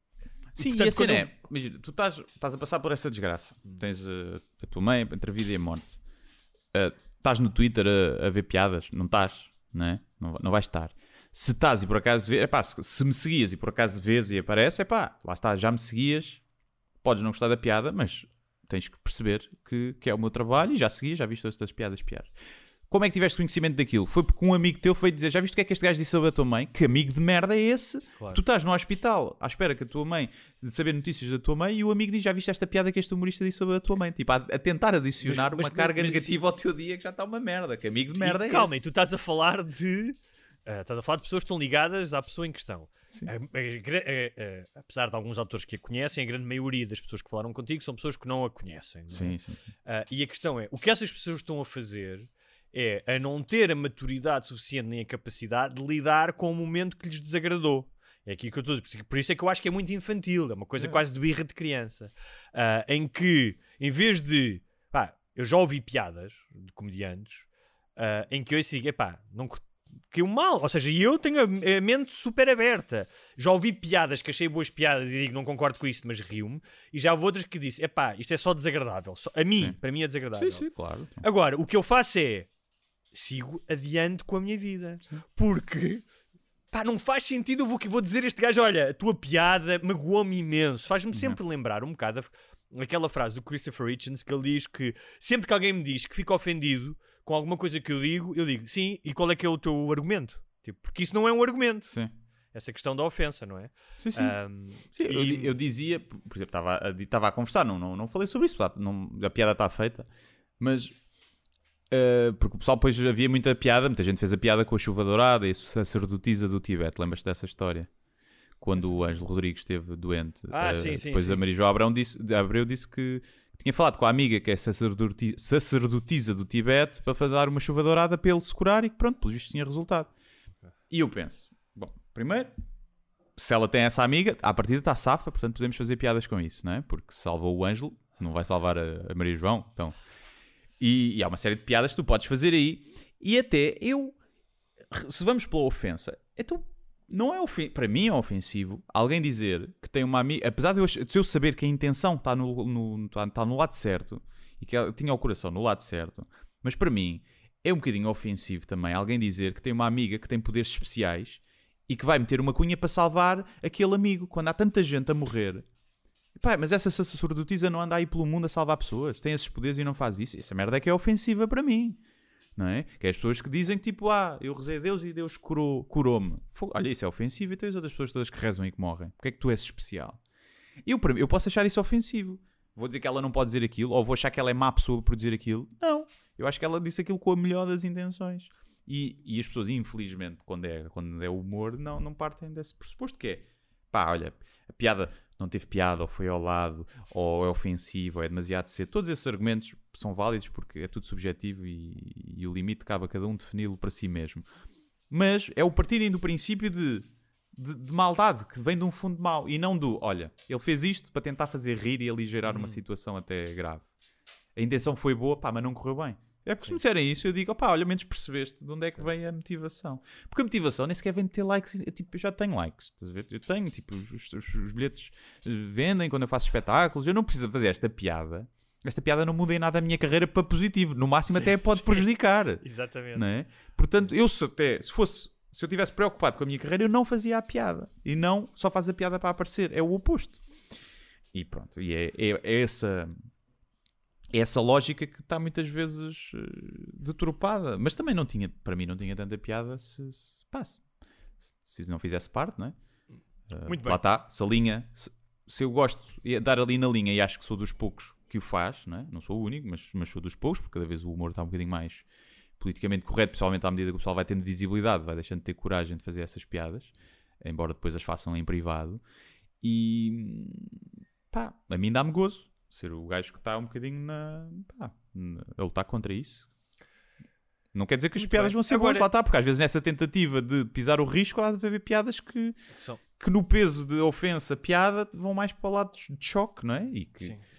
Sim, e, portanto, e assim é, eu... imagina, tu estás, estás a passar por essa desgraça, tens uh, a tua mãe entre a vida e a morte, uh, estás no Twitter a, a ver piadas, não estás, não é? Não, não vais estar. Se estás e por acaso vês, epá, se, se me seguias e por acaso vês e aparece, epá, lá está, já me seguias, podes não gostar da piada, mas tens que perceber que, que é o meu trabalho e já seguias, já viste todas as piadas piadas. Como é que tiveste conhecimento daquilo? Foi porque um amigo teu foi dizer, já viste o que é que este gajo disse sobre a tua mãe? Que amigo de merda é esse? Claro. Tu estás no hospital à espera que a tua mãe, de saber notícias da tua mãe, e o amigo diz, já viste esta piada que este humorista disse sobre a tua mãe? Tipo, a, a tentar adicionar mas, mas, uma carga mas, negativa mas, ao teu dia que já está uma merda. Que amigo de merda e, é calma, esse? E tu estás a falar de... Uh, estás a falar de pessoas que estão ligadas à pessoa em questão. Uh, uh, uh, uh, apesar de alguns autores que a conhecem, a grande maioria das pessoas que falaram contigo são pessoas que não a conhecem. Não é? Sim, sim, sim. Uh, e a questão é, o que essas pessoas estão a fazer é a não ter a maturidade suficiente nem a capacidade de lidar com o momento que lhes desagradou. É aqui que eu estou a dizer. Por isso é que eu acho que é muito infantil, é uma coisa é. quase de birra de criança. Uh, em que, em vez de... Pá, eu já ouvi piadas de comediantes uh, em que eu digo, epá, não caiu mal. Ou seja, eu tenho a mente super aberta. Já ouvi piadas que achei boas piadas e digo, não concordo com isto, mas rio-me. E já houve outras que disse, epá, isto é só desagradável. Só, a mim, sim. para mim é desagradável. Sim, sim, claro. Agora, o que eu faço é sigo adiante com a minha vida. Sim. Porque, pá, não faz sentido. Eu vou, vou dizer a este gajo, olha, a tua piada magoou-me imenso. Faz-me uhum. sempre lembrar um bocado aquela frase do Christopher Hitchens que ele diz que sempre que alguém me diz que fica ofendido com alguma coisa que eu digo, eu digo, sim, e qual é que é o teu argumento? Tipo, porque isso não é um argumento. Sim. Essa questão da ofensa, não é? Sim, sim. Um, sim e... eu, eu dizia, por exemplo, estava a, estava a conversar, não, não, não falei sobre isso, não, a piada está feita, mas Uh, porque o pessoal depois havia muita piada, muita gente fez a piada com a chuva dourada e a sacerdotisa do Tibete. Lembras-te dessa história? Quando o Ângelo Rodrigues esteve doente. Ah, uh, sim, sim, depois sim. a Maria João Abreu disse, Abreu disse que tinha falado com a amiga que é sacerdoti, sacerdotisa do Tibete para fazer dar uma chuva dourada para ele se curar e que pronto, pelo visto tinha resultado. E eu penso, bom, primeiro, se ela tem essa amiga, à partida está safa, portanto podemos fazer piadas com isso, não é? Porque salvou o Ângelo, não vai salvar a, a Maria João, então... E, e há uma série de piadas que tu podes fazer aí. E até eu, se vamos pela ofensa, então não é ofen- para mim é ofensivo alguém dizer que tem uma amiga, apesar de eu, de eu saber que a intenção está no, no, está, está no lado certo e que ela tinha o coração no lado certo, mas para mim é um bocadinho ofensivo também alguém dizer que tem uma amiga que tem poderes especiais e que vai meter uma cunha para salvar aquele amigo quando há tanta gente a morrer. Pá, mas essa sacerdotisa não anda aí pelo mundo a salvar pessoas, tem esses poderes e não faz isso. Essa merda é que é ofensiva para mim, não é? Que é as pessoas que dizem tipo, ah, eu rezei a Deus e Deus curou, curou-me. Olha, isso é ofensivo. E tem as outras pessoas todas que rezam e que morrem. Porque é que tu és especial? Eu, eu posso achar isso ofensivo. Vou dizer que ela não pode dizer aquilo, ou vou achar que ela é má pessoa por dizer aquilo. Não, eu acho que ela disse aquilo com a melhor das intenções. E, e as pessoas, infelizmente, quando é, quando é humor, não, não partem desse pressuposto que é, pá, olha, a piada não teve piada, ou foi ao lado, ou é ofensivo, ou é demasiado cedo. Todos esses argumentos são válidos porque é tudo subjetivo e, e o limite cabe a cada um defini-lo para si mesmo. Mas é o partirem do princípio de, de, de maldade, que vem de um fundo mau, e não do, olha, ele fez isto para tentar fazer rir e aligerar hum. uma situação até grave. A intenção foi boa, pá, mas não correu bem. É porque se me disserem isso, eu digo, opá, olha, menos percebeste de onde é que vem a motivação. Porque a motivação nem sequer vem de ter likes. Eu, tipo, eu já tenho likes, estás a ver? Eu tenho, tipo, os, os, os bilhetes vendem quando eu faço espetáculos. Eu não preciso fazer esta piada. Esta piada não muda em nada a minha carreira para positivo. No máximo sim, até pode sim. prejudicar. Exatamente. Não é? Portanto, eu se, até, se fosse... Se eu estivesse preocupado com a minha carreira, eu não fazia a piada. E não só faz a piada para aparecer. É o oposto. E pronto. E é, é, é essa... É essa lógica que está muitas vezes uh, deturpada. Mas também não tinha, para mim, não tinha tanta piada se, se, pá, se, se não fizesse parte, não é? Uh, Muito bem. Lá está, se a linha, se, se eu gosto de dar ali na linha e acho que sou dos poucos que o faz, não é? Não sou o único, mas, mas sou dos poucos, porque cada vez o humor está um bocadinho mais politicamente correto, principalmente à medida que o pessoal vai tendo visibilidade, vai deixando de ter coragem de fazer essas piadas, embora depois as façam em privado. E pá, a mim dá-me gozo ser o gajo que está um bocadinho na, pá, na, a lutar contra isso. Não quer dizer que as Muito piadas bem. vão ser Agora... boas, lá está, porque às vezes nessa tentativa de pisar o risco há de haver piadas que, São... que no peso de ofensa, piada, vão mais para o lado de choque, não é? E que, Sim.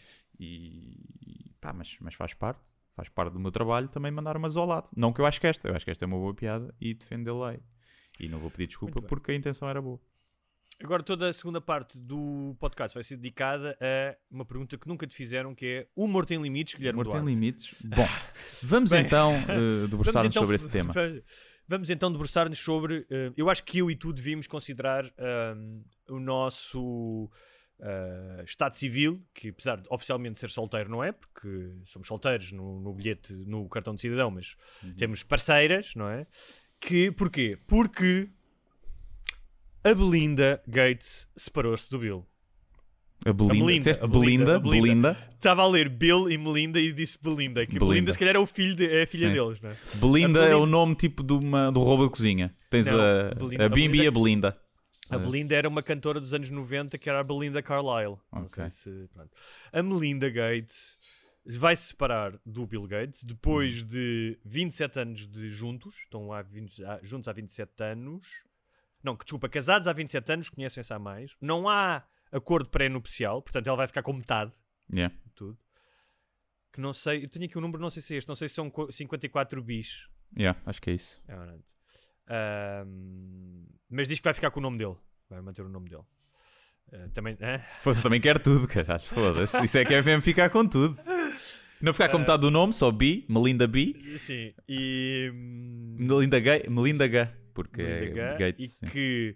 e, pá, mas, mas faz parte, faz parte do meu trabalho também mandar umas ao lado. Não que eu acho que esta, eu acho que esta é uma boa piada e defendê-la. E não vou pedir desculpa porque a intenção era boa. Agora toda a segunda parte do podcast vai ser dedicada a uma pergunta que nunca te fizeram, que é: o humor tem limites, Guilherme Duarte? Humor tem limites? Bom, vamos Bem, então uh, debruçar-nos então, sobre esse tema. Vamos então debruçar-nos sobre... Uh, eu acho que eu e tu devíamos considerar uh, o nosso uh, estado civil, que apesar de oficialmente ser solteiro não é, porque somos solteiros no, no bilhete, no cartão de cidadão, mas uhum. temos parceiras, não é? Que, porquê? Porque... a Belinda Gates separou-se do Bill. A Belinda? A Belinda, a Belinda, a Belinda, Belinda. Estava a ler Bill e Melinda e disse Belinda. Que Belinda, Belinda se calhar é, o filho de, é a filha Sim. deles, não é? Belinda, Belinda é o nome tipo de uma, do roubo de cozinha. Tens não, a, Belinda, a Bimbi e a Belinda. A Belinda era uma cantora dos anos noventa que era a Belinda Carlisle. Não okay. sei se, pronto. A Melinda Gates vai se separar do Bill Gates depois hum. de vinte e sete anos de juntos. Estão há vinte, juntos há vinte e sete anos. Não, desculpa, casados há vinte e sete anos, conhecem-se há mais. Não há acordo pré-nupcial, portanto ela vai ficar com metade yeah. de tudo. Que não sei, eu tenho aqui um número, não sei se é este, não sei se são cinquenta e quatro bis. Yeah, acho que é isso. É, um, mas diz que vai ficar com o nome dele, vai manter o nome dele. Uh, também, uh? Fosse, também quer tudo, caralho, foda-se. Isso é que é mesmo ficar com tudo. Não ficar com metade do nome, só B, Melinda B. Sim, e. Melinda Gay, Melinda G. Porque Melinda é G, Gates, e sim. que.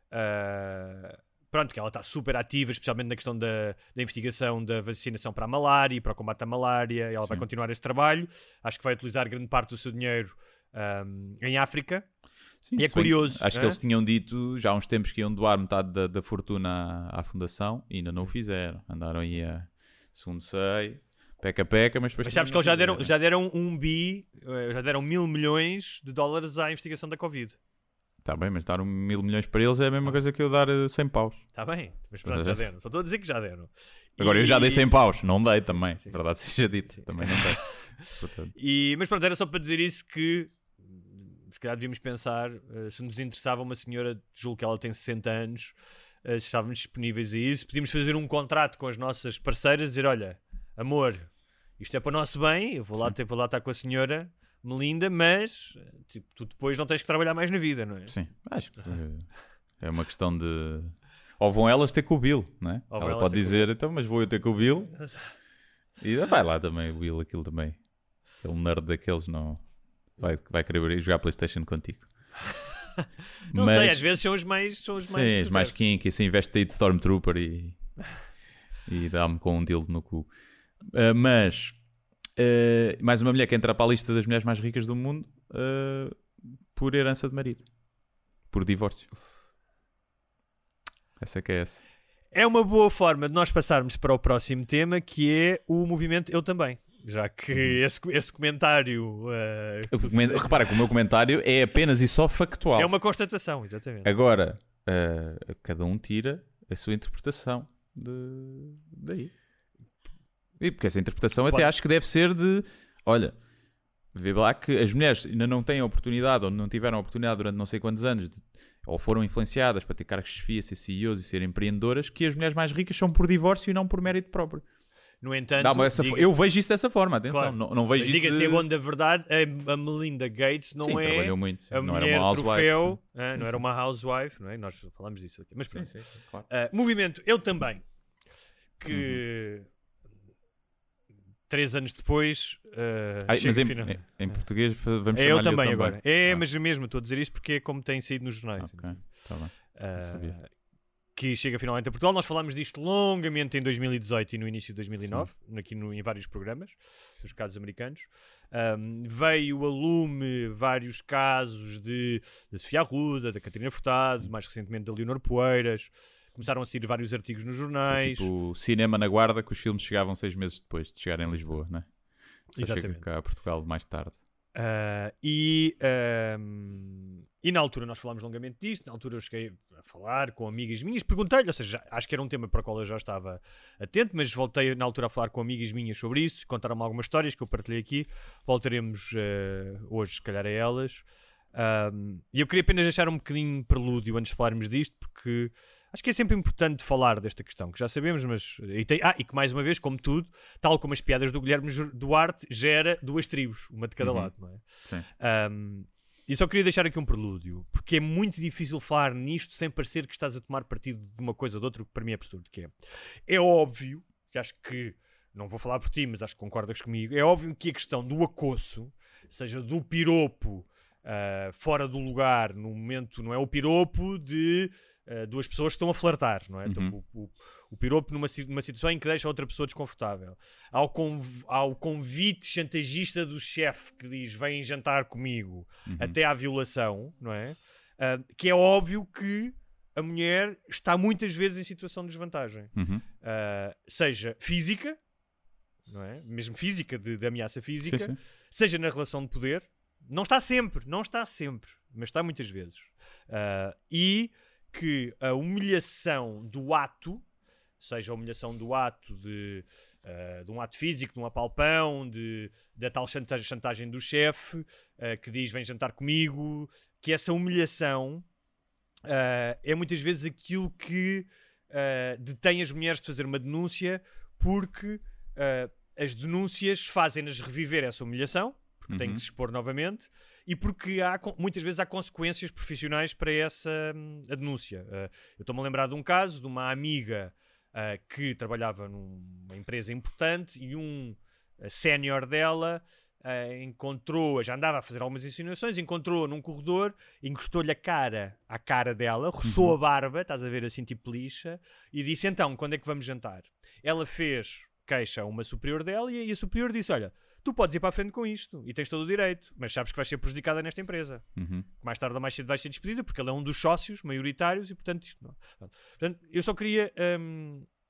Uh, pronto, que ela está super ativa, especialmente na questão da, da investigação da vacinação para a malária e para o combate à malária. Ela sim. vai continuar esse trabalho. Acho que vai utilizar grande parte do seu dinheiro um, em África. Sim, e é sim. curioso. Acho é? que eles tinham dito já há uns tempos que iam doar metade da, da fortuna à, à fundação e ainda não o fizeram. Andaram aí a, segundo sei, peca-peca, mas depois... Mas sabes que eles já deram, já deram um bi, já deram mil milhões de dólares à investigação da Covid. Está bem, mas dar um mil milhões para eles é a mesma coisa que eu dar cem paus. Está bem, mas pronto, já deram. Só estou a dizer que já deram. Agora, e... eu já dei cem paus, não dei também, sim, verdade seja dito, sim. também não dei. e, mas pronto, era só para dizer isso que se calhar devíamos pensar uh, se nos interessava uma senhora, julgo que ela tem sessenta anos, uh, se estávamos disponíveis a isso, podíamos fazer um contrato com as nossas parceiras, dizer, olha, amor, isto é para o nosso bem, eu vou lá, ter, vou lá estar com a senhora Melinda, mas tipo, tu depois não tens que trabalhar mais na vida, não é? Sim, acho que é uma questão de... Ou vão elas ter com o Bill, não é? Ou ela pode dizer, então, mas vou eu ter com o Bill. E vai lá também, o Bill, aquilo também. Aquele nerd daqueles não... Vai, vai querer jogar PlayStation contigo. Não mas... sei, às vezes são os mais são os Sim, mais, os mais kinky, assim, veste aí de Stormtrooper e, e dá-me com um dildo no cu. Uh, mas... Uh, mais uma mulher que entra para a lista das mulheres mais ricas do mundo uh, por herança de marido, por divórcio. Essa que é essa. É uma boa forma de nós passarmos para o próximo tema, que é o movimento Eu Também, já que uhum. esse, esse comentário uh, repara que o meu comentário é apenas e só factual, é uma constatação, exatamente. Agora uh, cada um tira a sua interpretação de... daí. E porque essa interpretação Pode. até acho que deve ser de, olha, vê lá que as mulheres ainda não têm a oportunidade, ou não tiveram a oportunidade durante não sei quantos anos, de, ou foram influenciadas para ter cargos de chefia, ser C E Os e serem empreendedoras, que as mulheres mais ricas são por divórcio e não por mérito próprio. No entanto, Dá, essa diga... eu vejo isso dessa forma, atenção, claro. não, não vejo Diga-se isso de... a bom da verdade, a, a Melinda Gates não sim, é trabalhou muito. a não mulher era uma housewife, troféu, sim. Ah, Sim, não sim. era uma housewife, não é? Nós falamos disso aqui, mas pronto. Sim, sim, claro. uh, movimento Eu Também, que... Uhum. Três anos depois, uh, Ai, mas em, final... em, em português vamos é chamar-lhe Eu Também eu agora. Também. É, ah. mas mesmo, estou a dizer isto porque é como tem saído nos jornais. Ok, está bem. Uh, que chega finalmente a Portugal. Nós falámos disto longamente em dois mil e dezoito e no início de dois mil e nove, Sim. aqui no, em vários programas, dos casos americanos. Um, veio a lume vários casos de, da Sofia Arruda, da Catarina Furtado, mais recentemente da Leonor Poeiras. Começaram a sair vários artigos nos jornais. Sim, tipo cinema na guarda, que os filmes chegavam seis meses depois de chegarem em Lisboa, não é? Só Exatamente. Chega cá a Portugal mais tarde. Uh, e, um, e na altura nós falámos longamente disto. Na altura eu cheguei a falar com amigas minhas, perguntei-lhe, ou seja, acho que era um tema para o qual eu já estava atento, mas voltei na altura a falar com amigas minhas sobre isso, contaram-me algumas histórias que eu partilhei aqui. Voltaremos uh, hoje, se calhar, a elas. Um, e eu queria apenas deixar um bocadinho prelúdio antes de falarmos disto, porque acho que é sempre importante falar desta questão, que já sabemos, mas... E, tem, ah, e que mais uma vez, como tudo, tal como as piadas do Guilherme Duarte, gera duas tribos, uma de cada uhum. lado, não é? Sim. Um, e só queria deixar aqui um prelúdio, porque é muito difícil falar nisto sem parecer que estás a tomar partido de uma coisa ou de outra, que para mim é absurdo, que é... É óbvio, que acho que... Não vou falar por ti, mas acho que concordas comigo. É óbvio que a questão do acosso, seja do piropo, Uh, fora do lugar, no momento, não é o piropo de uh, duas pessoas que estão a flertar, não é? Uhum. Então, o, o, o piropo numa, numa situação em que deixa outra pessoa desconfortável. Ao, conv, ao convite chantagista do chefe que diz vem jantar comigo, uhum. até à violação, não é? Uh, que é óbvio que a mulher está muitas vezes em situação de desvantagem. Uhum. Uh, seja física, não é? Mesmo física, de, de ameaça física, sim, sim. seja na relação de poder. Não está sempre, não está sempre, mas está muitas vezes. Uh, e que a humilhação do ato, seja a humilhação do ato de, uh, de um ato físico, de um apalpão, de, da tal chantagem, chantagem do chefe, uh, que diz vem jantar comigo, que essa humilhação uh, é muitas vezes aquilo que uh, detém as mulheres de fazer uma denúncia, porque uh, as denúncias fazem-nas reviver essa humilhação, porque uhum. têm que se expor novamente, e porque há, muitas vezes há consequências profissionais para essa hum, a denúncia. Uh, eu estou-me a lembrar de um caso de uma amiga uh, que trabalhava numa empresa importante e um uh, sénior dela uh, encontrou, já andava a fazer algumas insinuações, encontrou num corredor, encostou-lhe a cara à cara dela, roçou uhum. a barba, estás a ver assim tipo lixa, e disse então, quando é que vamos jantar? Ela fez queixa a uma superior dela e a superior disse, olha, tu podes ir para a frente com isto e tens todo o direito, mas sabes que vais ser prejudicada nesta empresa. Uhum. Mais tarde ou mais cedo vais ser despedida porque ele é um dos sócios maioritários e portanto isto não. Portanto, eu só queria hum,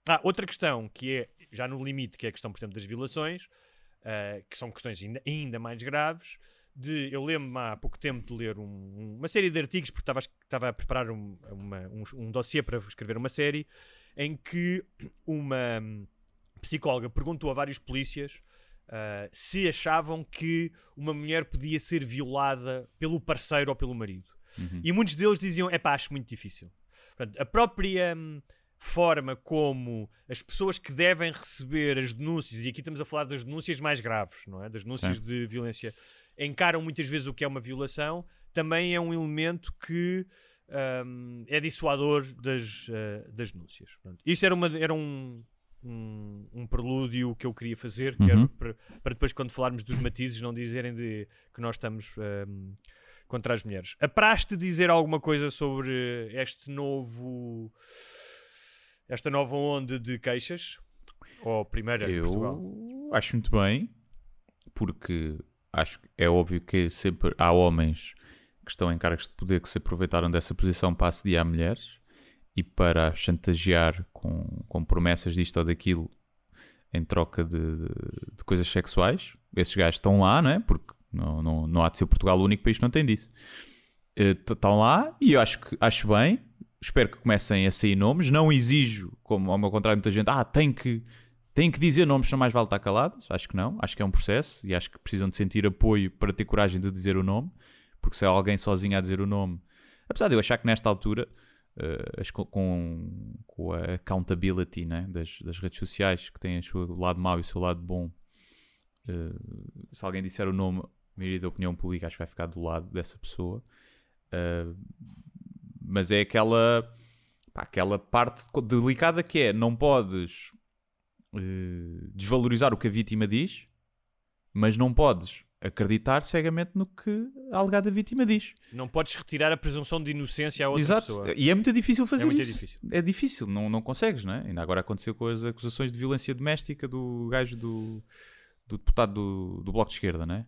Ah, outra questão que é, já no limite, que é a questão, por exemplo, das violações, uh, que são questões ainda, ainda mais graves. De, eu lembro-me há pouco tempo de ler um, uma série de artigos, porque estava, estava a preparar um, uma, um, um dossiê para escrever uma série, em que uma psicóloga perguntou a vários polícias uh, se achavam que uma mulher podia ser violada pelo parceiro ou pelo marido. Uhum. E muitos deles diziam, é pá, acho muito difícil. Portanto, a própria hum, forma como as pessoas que devem receber as denúncias, e aqui estamos a falar das denúncias mais graves, não é? Das denúncias Sim. de violência, encaram muitas vezes o que é uma violação, também é um elemento que um, é dissuador das, uh, das denúncias. Portanto, isto era, uma, era um, um, um prelúdio que eu queria fazer, que uhum. era para, para depois, quando falarmos dos matizes, não dizerem de, que nós estamos um, contra as mulheres. Apraste dizer alguma coisa sobre este novo... esta nova onda de queixas? Ou primeira em Portugal? Eu acho muito bem, porque acho que é óbvio que sempre há homens que estão em cargos de poder que se aproveitaram dessa posição para assediar mulheres e para chantagear com, com promessas disto ou daquilo em troca de, de, de coisas sexuais. Esses gajos estão lá, não é? Porque não, não, não há de ser Portugal o único país que não tem disso. Estão lá e eu acho, que, acho bem. Espero que comecem a sair nomes. Não exijo, como ao meu contrário muita gente, ah, tem que, tem que dizer nomes, não mais vale estar calados. Acho que não. Acho que é um processo e acho que precisam de sentir apoio para ter coragem de dizer o nome. Porque se é alguém sozinho a dizer o nome... Apesar de eu achar que nesta altura, uh, as, com, com a accountability, né, das, das redes sociais, que têm o seu lado mau e o seu lado bom, uh, se alguém disser o nome, a maioria da opinião pública acho que vai ficar do lado dessa pessoa. Uh, mas é aquela, pá, aquela parte delicada que é, não podes uh, desvalorizar o que a vítima diz, mas não podes acreditar cegamente no que a alegada vítima diz. Não podes retirar a presunção de inocência à outra Exato. pessoa. E é muito difícil fazer é muito isso. Difícil. É difícil, não, não consegues, não é? Ainda agora aconteceu com as acusações de violência doméstica do gajo do, do deputado do, do Bloco de Esquerda, não é?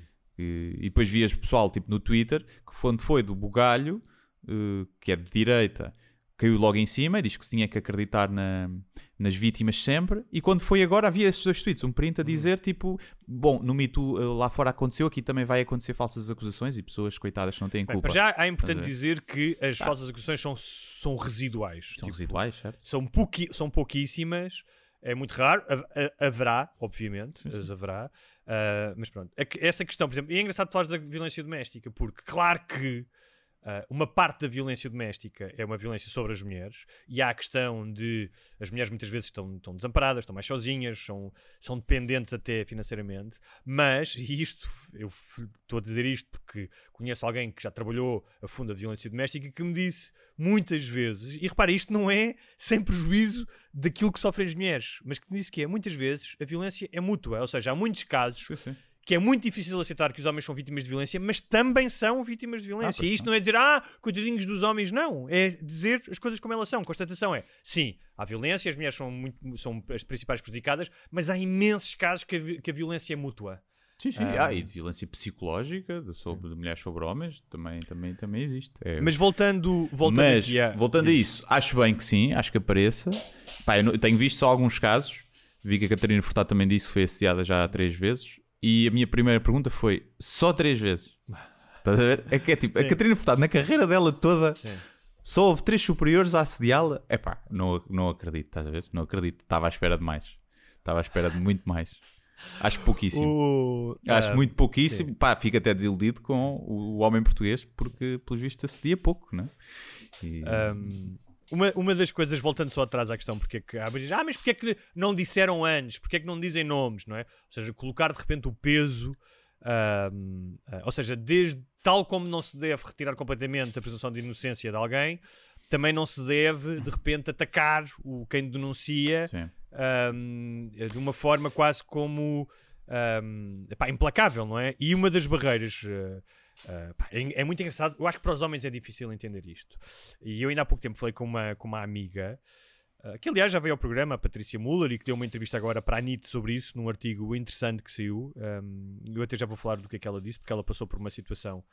E, e depois vias pessoal, tipo no Twitter, que onde foi do Bugalho, uh, que é de direita, caiu logo em cima e diz que se tinha que acreditar na, nas vítimas sempre. E quando foi agora, havia esses dois tweets, um print a dizer, hum. tipo, bom, no Me Too uh, lá fora aconteceu, aqui também vai acontecer falsas acusações e pessoas, coitadas, que não têm culpa. Bem, já é importante dizer que as ah. falsas acusações são, são residuais. São tipo, residuais, certo? São, pouqui, são pouquíssimas. É muito raro, haverá, obviamente, sim, sim. as haverá, uh, mas pronto. Essa questão, por exemplo, e é engraçado falar da violência doméstica, porque claro que uh, uma parte da violência doméstica é uma violência sobre as mulheres, e há a questão de as mulheres muitas vezes estão, estão desamparadas, estão mais sozinhas, são, são dependentes até financeiramente, mas, e isto, eu estou a dizer isto porque conheço alguém que já trabalhou a fundo a violência doméstica e que me disse muitas vezes, e repara, isto não é sem prejuízo daquilo que sofrem as mulheres, mas que me disse que é, muitas vezes a violência é mútua, ou seja, há muitos casos sim, sim. que é muito difícil aceitar que os homens são vítimas de violência, mas também são vítimas de violência. Ah, e isto não é dizer, ah, coitadinhos dos homens, não. É dizer as coisas como elas são. Constatação é, sim, há violência, as mulheres são, muito, são as principais prejudicadas, mas há imensos casos que a, vi- que a violência é mútua. Sim, sim. Ah, e de violência psicológica, de, sobre, de mulheres sobre homens, também, também, também existe. É... Mas voltando, voltando, mas, aqui a... voltando a isso, acho bem que sim, acho que apareça. Pá, eu tenho visto só alguns casos, vi que a Catarina Furtado também disse que foi assediada já há três vezes, e a minha primeira pergunta foi, só três vezes? Estás a ver? É que é tipo, sim. a Catarina Furtado, na carreira dela toda, sim. só houve três superiores a assediá-la? É pá, não, não acredito, estás a ver? Não acredito, estava à espera de mais. Estava à espera de muito mais. Acho pouquíssimo. O... Acho uh, muito pouquíssimo. Pá, fico até desiludido com o homem português porque, pelos vistos, assedia pouco, não é? E... Um, uma, uma das coisas, voltando só atrás à questão, porque é que ah, mas porque é que não disseram antes? Porque é que não dizem nomes, não é? Ou seja, colocar de repente o peso, um, uh, ou seja, desde tal como não se deve retirar completamente a presunção de inocência de alguém, também não se deve de repente atacar o quem denuncia. Sim. Um, de uma forma quase como um, epá, implacável, não é? E uma das barreiras uh, uh, pá, é, é muito engraçado. Eu acho que para os homens é difícil entender isto. E eu ainda há pouco tempo falei com uma, com uma amiga uh, que aliás já veio ao programa, a Patrícia Muller, e que deu uma entrevista agora para a N I T sobre isso, num artigo interessante que saiu. Um, eu até já vou falar do que é que ela disse, porque ela passou por uma situação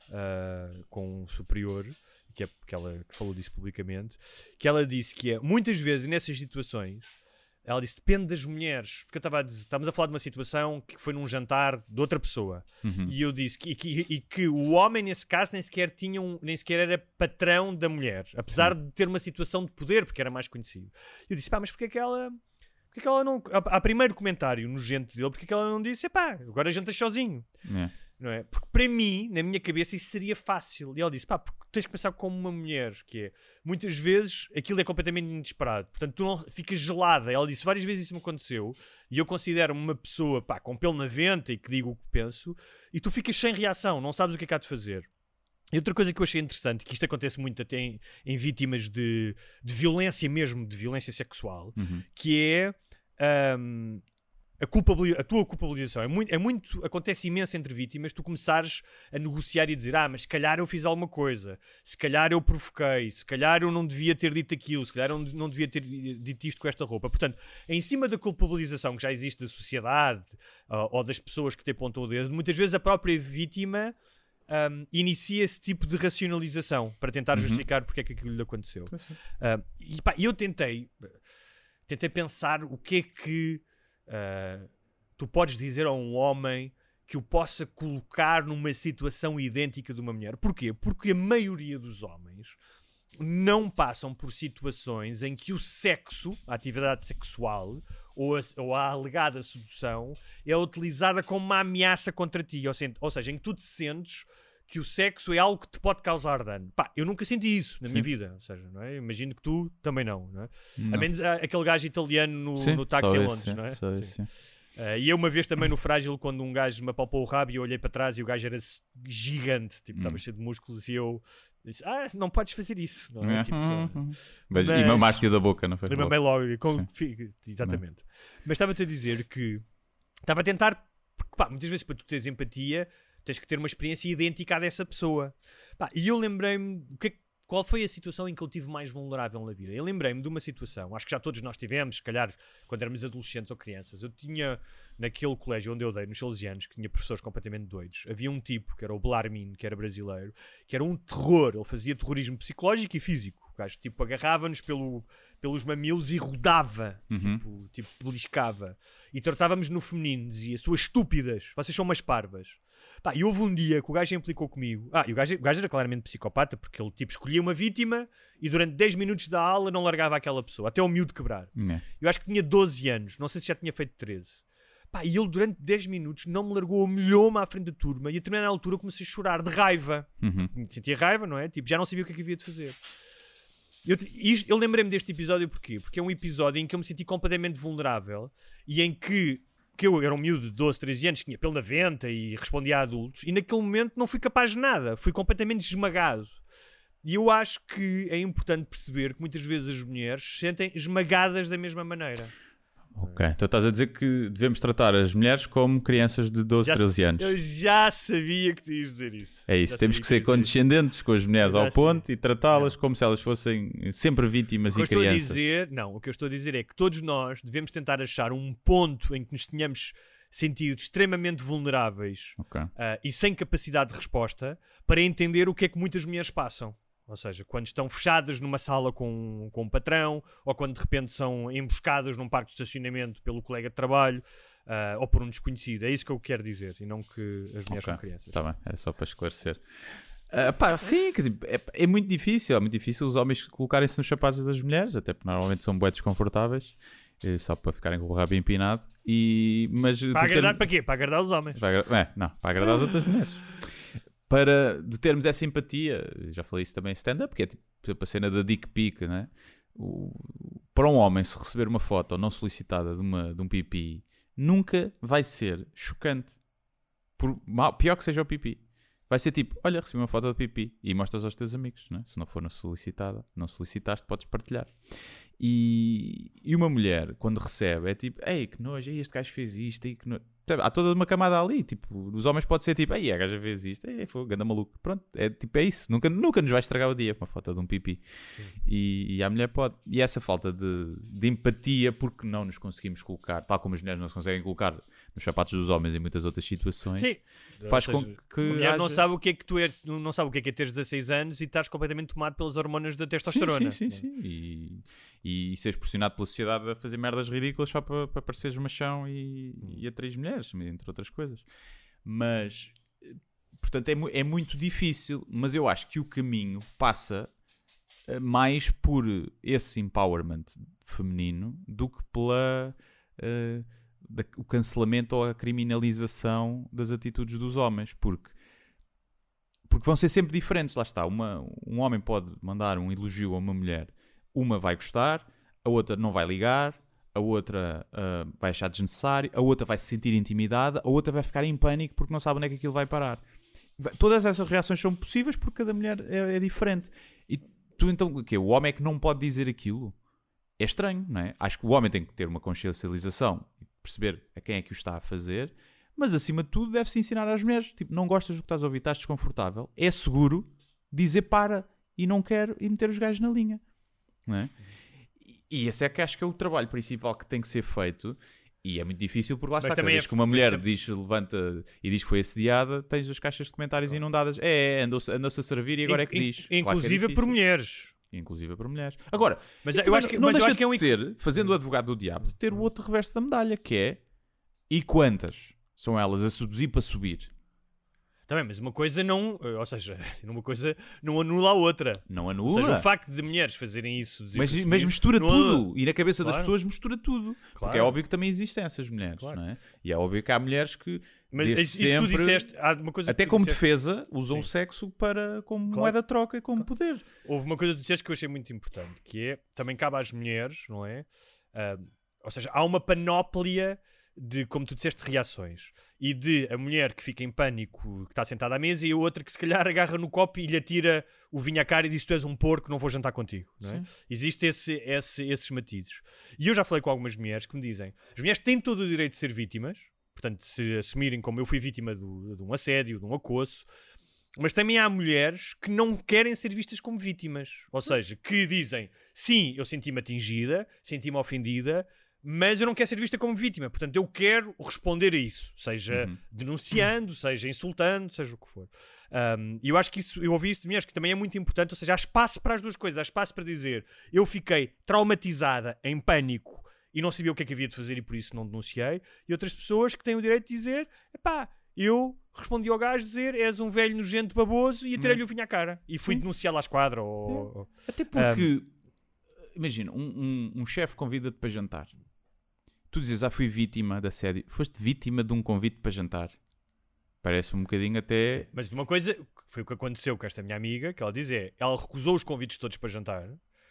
uh, com um superior, que, é, que ela que falou disso publicamente, que ela disse que é, muitas vezes nessas situações, ela disse, depende das mulheres, porque eu estava a dizer, estávamos a falar de uma situação que foi num jantar de outra pessoa, Uhum. e eu disse que, e que, e que o homem nesse caso nem sequer, tinha um, nem sequer era patrão da mulher, apesar de ter uma situação de poder, porque era mais conhecido. Eu disse, pá, mas porque é que ela... Porque é que ela não... Há primeiro comentário nojento dele, porque é que ela não disse, pá, agora jantas sozinho. É. Não é? Porque para mim, na minha cabeça, isso seria fácil. E ela disse, pá, porque tens que pensar como uma mulher, que é, muitas vezes, aquilo é completamente inesperado. Portanto, tu não ficas gelada. Ela disse, várias vezes isso me aconteceu, e eu considero-me uma pessoa, pá, com pelo na venta e que digo o que penso, e tu ficas sem reação, não sabes o que é que há de fazer. E outra coisa que eu achei interessante, que isto acontece muito até em, em vítimas de, de violência mesmo, de violência sexual, Uhum. que é... Um, a, culpabiliz- a tua culpabilização é muito, é muito, acontece imenso entre vítimas, tu começares a negociar e dizer, ah, mas se calhar eu fiz alguma coisa, se calhar eu provoquei, se calhar eu não devia ter dito aquilo, se calhar eu não devia ter dito isto com esta roupa. Portanto, em cima da culpabilização que já existe da sociedade uh, ou das pessoas que te apontam o dedo, muitas vezes a própria vítima um, inicia esse tipo de racionalização para tentar Uhum. justificar porque é que aquilo lhe aconteceu. Uh, e pá, eu tentei tentei pensar o que é que uh, tu podes dizer a um homem que o possa colocar numa situação idêntica de uma mulher. Porquê? Porque a maioria dos homens não passam por situações em que o sexo, a atividade sexual ou a, ou a alegada sedução é utilizada como uma ameaça contra ti, ou, se, ou seja, em que tu te sentes que o sexo é algo que te pode causar dano. Pá, eu nunca senti isso na Sim. minha vida, ou seja, não é? Imagino que tu também não, não é? Não. A menos ah, aquele gajo italiano no, Sim, no táxi só em esse, Londres, sim, não é? só Sim. esse, sim. Uh, e eu uma vez também no Frágil, quando um gajo me apalpou o rabo e eu olhei para trás e o gajo era gigante, tipo, estava Hum. cheio de músculos, e eu disse, ah, não podes fazer isso, não é? É. Tipo, só- Mas, Mas- E mamaste-o da boca, não foi? eu mamei logo, e com- Sim. fi- exatamente. Mas estava-te a dizer que estava a tentar, porque pá, muitas vezes para tu teres empatia tens que ter uma experiência idêntica à dessa pessoa. Pá, e eu lembrei-me, o que é que- qual foi a situação em que eu estive mais vulnerável na vida? Eu lembrei-me de uma situação, acho que já todos nós tivemos, se calhar quando éramos adolescentes ou crianças. Eu tinha, naquele colégio onde eu dei, nos Salesianos, que tinha professores completamente doidos, havia um tipo, que era o Belarmino, que era brasileiro, que era um terror. Ele fazia terrorismo psicológico e físico. O gajo, tipo, agarrava-nos pelo, pelos mamilos e rodava, Uhum. tipo, tipo, beliscava. E tratávamos no feminino, dizia, suas estúpidas, vocês são umas parvas. Pá, e houve um dia que o gajo implicou comigo. Ah, e o gajo, o gajo era claramente psicopata, porque ele, tipo, escolhia uma vítima e durante dez minutos da aula não largava aquela pessoa, até o miúdo quebrar. É. Eu acho que tinha doze anos, não sei se já tinha feito treze. Pá, e ele durante dez minutos não me largou, humilhou-me à frente da turma, e a determinada altura eu comecei a chorar de raiva. Uhum. Sentia raiva, não é? Tipo, já não sabia o que é que havia de fazer. Eu, isto- eu lembrei-me deste episódio porquê? Porque é um episódio em que eu me senti completamente vulnerável e em que, que eu era um miúdo de doze, treze anos, que tinha pelo na venta e respondia a adultos, e naquele momento não fui capaz de nada, fui completamente esmagado. E eu acho que é importante perceber que muitas vezes as mulheres se sentem esmagadas da mesma maneira. Ok, então estás a dizer que devemos tratar as mulheres como crianças de doze, Já- treze anos. Eu já sabia que tu ias dizer isso. É isso, Já temos sabia que ser tu ias dizer isso. condescendentes com as mulheres Eu já ao ponto sabia. e tratá-las Não. como se elas fossem sempre vítimas O que eu e estou a crianças. dizer, não, o que eu estou a dizer é que todos nós devemos tentar achar um ponto em que nos tenhamos sentido extremamente vulneráveis Ok. ah, e sem capacidade de resposta para entender o que é que muitas mulheres passam. Ou seja, quando estão fechadas numa sala com, com um patrão, ou quando de repente são emboscadas num parque de estacionamento pelo colega de trabalho, ah, ou por um desconhecido. É isso que eu quero dizer, e não que as mulheres Ok, são crianças. Está bem, era só para esclarecer. Ah, pá, sim, quer dizer, é, é muito difícil, é muito difícil os homens colocarem-se nos sapatos das mulheres, até porque normalmente são bué desconfortáveis, eh, só para ficarem com o rabo empinado. E, mas Para de agradar ter- para quê? Para agradar os homens. Para agra- é, não, para agradar as outras mulheres. Para de termos essa empatia, já falei isso também em stand-up, porque é tipo por exemplo, a cena da dick pic, né? O, para um homem se receber uma foto não solicitada de, uma, de um pipi, nunca vai ser chocante. Por mal, pior que seja o pipi. Vai ser tipo, olha, recebi uma foto de pipi e mostras aos teus amigos, né? Se não for não solicitada, não solicitaste, podes partilhar. E, e uma mulher, quando recebe, é tipo, ei, que nojo, ei, este gajo fez isto, ei, que nojo. Há toda uma camada ali, tipo, os homens pode ser tipo, aí a gaja vês isto, é, foi ganda maluco, pronto, é tipo, é isso, nunca, nunca nos vai estragar o dia com uma foto de um pipi. E, e a mulher pode, e essa falta de, de empatia, porque não nos conseguimos colocar, tal como as mulheres não se conseguem colocar nos sapatos dos homens em muitas outras situações, Sim. faz Ou com seja, que a mulher haja... não sabe o que é que tu é, não sabe o que é que é teres dezasseis anos e estás completamente tomado pelas hormonas da testosterona. Sim, sim, sim, sim. E, e seres pressionado pela sociedade a fazer merdas ridículas só para, para pareceres machão e, e atrair mulheres, entre outras coisas. Mas, portanto, é, é muito difícil, mas eu acho que o caminho passa mais por esse empowerment feminino do que pela uh, da, o cancelamento ou a criminalização das atitudes dos homens, porque porque vão ser sempre diferentes, lá está, uma, um homem pode mandar um elogio a uma mulher, uma vai gostar, a outra não vai ligar, a outra uh, vai achar desnecessário, a outra vai se sentir intimidada, a outra vai ficar em pânico porque não sabe onde é que aquilo vai parar. Todas essas reações são possíveis porque cada mulher é, é diferente. E tu então, o quê? O homem é que não pode dizer aquilo? É estranho, não é? Acho que o homem tem que ter uma consciencialização e perceber a quem é que o está a fazer, mas acima de tudo deve-se ensinar às mulheres, tipo, não gostas do que estás a ouvir, estás desconfortável, é seguro dizer para e não quero e meter os gajos na linha, não é? E esse é que acho que é o trabalho principal que tem que ser feito, e é muito difícil porque lá Mas está, cada também vez é- que uma mulher mas tam- diz, levanta e diz que foi assediada, tens as caixas de comentários inundadas, é, é andou-se andou-se a servir e agora é que In- diz. in- Claro que é Inclusive por difícil. mulheres. Inclusive para mulheres. Agora, Mas isto eu também acho que- não mas eu deixa acho que é um de equ- ser, fazendo o advogado do diabo, de ter o outro reverso da medalha, que é, e quantas são elas a seduzir para subir? Também, mas uma coisa não, ou seja, uma coisa não anula a outra. Não Ou anula. seja, o facto de mulheres fazerem isso, de Mas, subir, mas mistura não tudo. anula. E na cabeça das Claro. pessoas mistura tudo. Porque é Claro. óbvio que também existem essas mulheres, Claro. não é? E é óbvio que há mulheres que, Mas desde isso, isso tu sempre, disseste, há uma coisa que até tu como disseste- defesa, usam Sim. o sexo para, como Claro. moeda de troca e como poder. Houve uma coisa que tu disseste que eu achei muito importante, que é, também cabe às mulheres, não é? Ah, ou seja, há uma panóplia de, como tu disseste, reações. E de a mulher que fica em pânico, que está sentada à mesa, e a outra que se calhar agarra no copo e lhe atira o vinho à cara e diz: tu és um porco, não vou jantar contigo. Não é? Existe esse, esse, esses matizes. E eu já falei com algumas mulheres que me dizem: as mulheres têm todo o direito de ser vítimas, portanto, se assumirem como eu fui vítima do, de um assédio, de um acoso. Mas também há mulheres que não querem ser vistas como vítimas. Ou seja, que dizem: sim, eu senti-me atingida, senti-me ofendida, mas eu não quero ser vista como vítima. Portanto, eu quero responder a isso. Seja Uhum. denunciando, seja insultando, seja o que for. Um, E eu acho que isso, eu ouvi isso de mulheres que também é muito importante. Ou seja, há espaço para as duas coisas. Há espaço para dizer: eu fiquei traumatizada, em pânico, e não sabia o que é que havia de fazer e por isso não denunciei. E outras pessoas que têm o direito de dizer: epá, eu respondi ao gajo dizer: és um velho nojento baboso, e atirei-lhe o vinho à cara. E fui denunciá-lo à esquadra. Ou, ou- Até porque, imagina, um, um, um chefe convida-te para jantar. Tu dizes: ah, fui vítima de assédio. Foste vítima de um convite para jantar. Parece um bocadinho até... Mas uma coisa, que foi o que aconteceu com esta minha amiga, que ela diz é, ela recusou os convites todos para jantar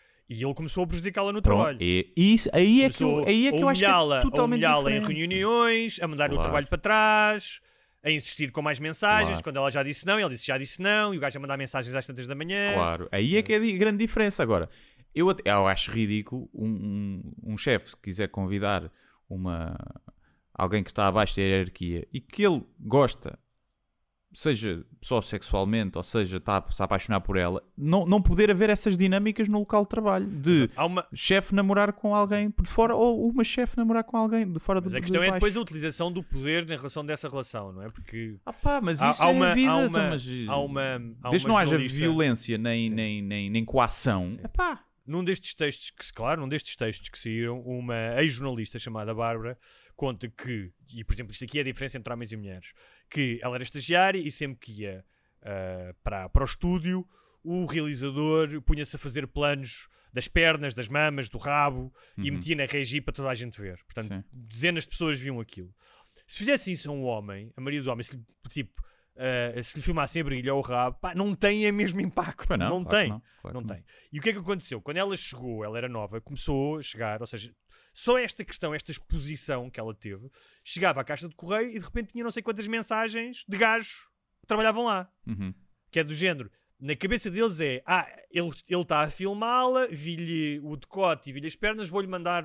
e ele começou a prejudicá-la no Pronto, trabalho. é, isso, aí é que eu, Começou aí é que eu a acho que é humilhá-la, a totalmente humilhá-la em diferente. reuniões, a mandar o Claro. trabalho para trás, a insistir com mais mensagens, Claro. quando ela já disse não, ele disse já disse não, e o gajo a mandar mensagens às tantas da manhã. Claro, aí é que é a grande diferença. Agora, eu, até- eu acho ridículo um, um, um chefe que quiser convidar uma, alguém que está abaixo da hierarquia e que ele gosta, seja só sexualmente, ou seja, está, está a apaixonar por ela, não, não poder haver essas dinâmicas no local de trabalho, de Há uma... chefe namorar com alguém de fora ou uma chefe namorar com alguém de fora do Mas a de questão é baixo. depois a utilização do poder na relação dessa relação, não é? Porque Ah pá, mas há, isso há é uma, a vida, há uma, então, mas, há uma, há desde que uma não haja jornalista- violência nem, nem, nem, nem coação, epá, Num destes textos, que, se- claro, num destes textos que saíram, uma ex-jornalista chamada Bárbara conta que, e por exemplo, isto aqui é a diferença entre homens e mulheres, que ela era estagiária e sempre que ia ah, para, para o estúdio, o realizador punha-se a fazer planos das pernas, das mamas, do rabo e Uhum. metia na regi para toda a gente ver. Portanto, Sim. dezenas de pessoas viam aquilo. Se fizessem isso a um homem, a maioria do homem, se lhe, tipo, ah, se lhe filmassem a brilha ou o rabo, pá, não tem o mesmo impacto. Pois não, não claro que tem. não, claro Não que não. tem. E o que é que aconteceu? Quando ela chegou, ela era nova, começou a chegar, ou seja, só esta questão, esta exposição que ela teve, chegava à caixa de correio e de repente tinha não sei quantas mensagens de gajos que trabalhavam lá. Uhum. Que é do género, na cabeça deles é, ah, ele está a filmá-la, vi-lhe o decote e vi-lhe as pernas, vou-lhe mandar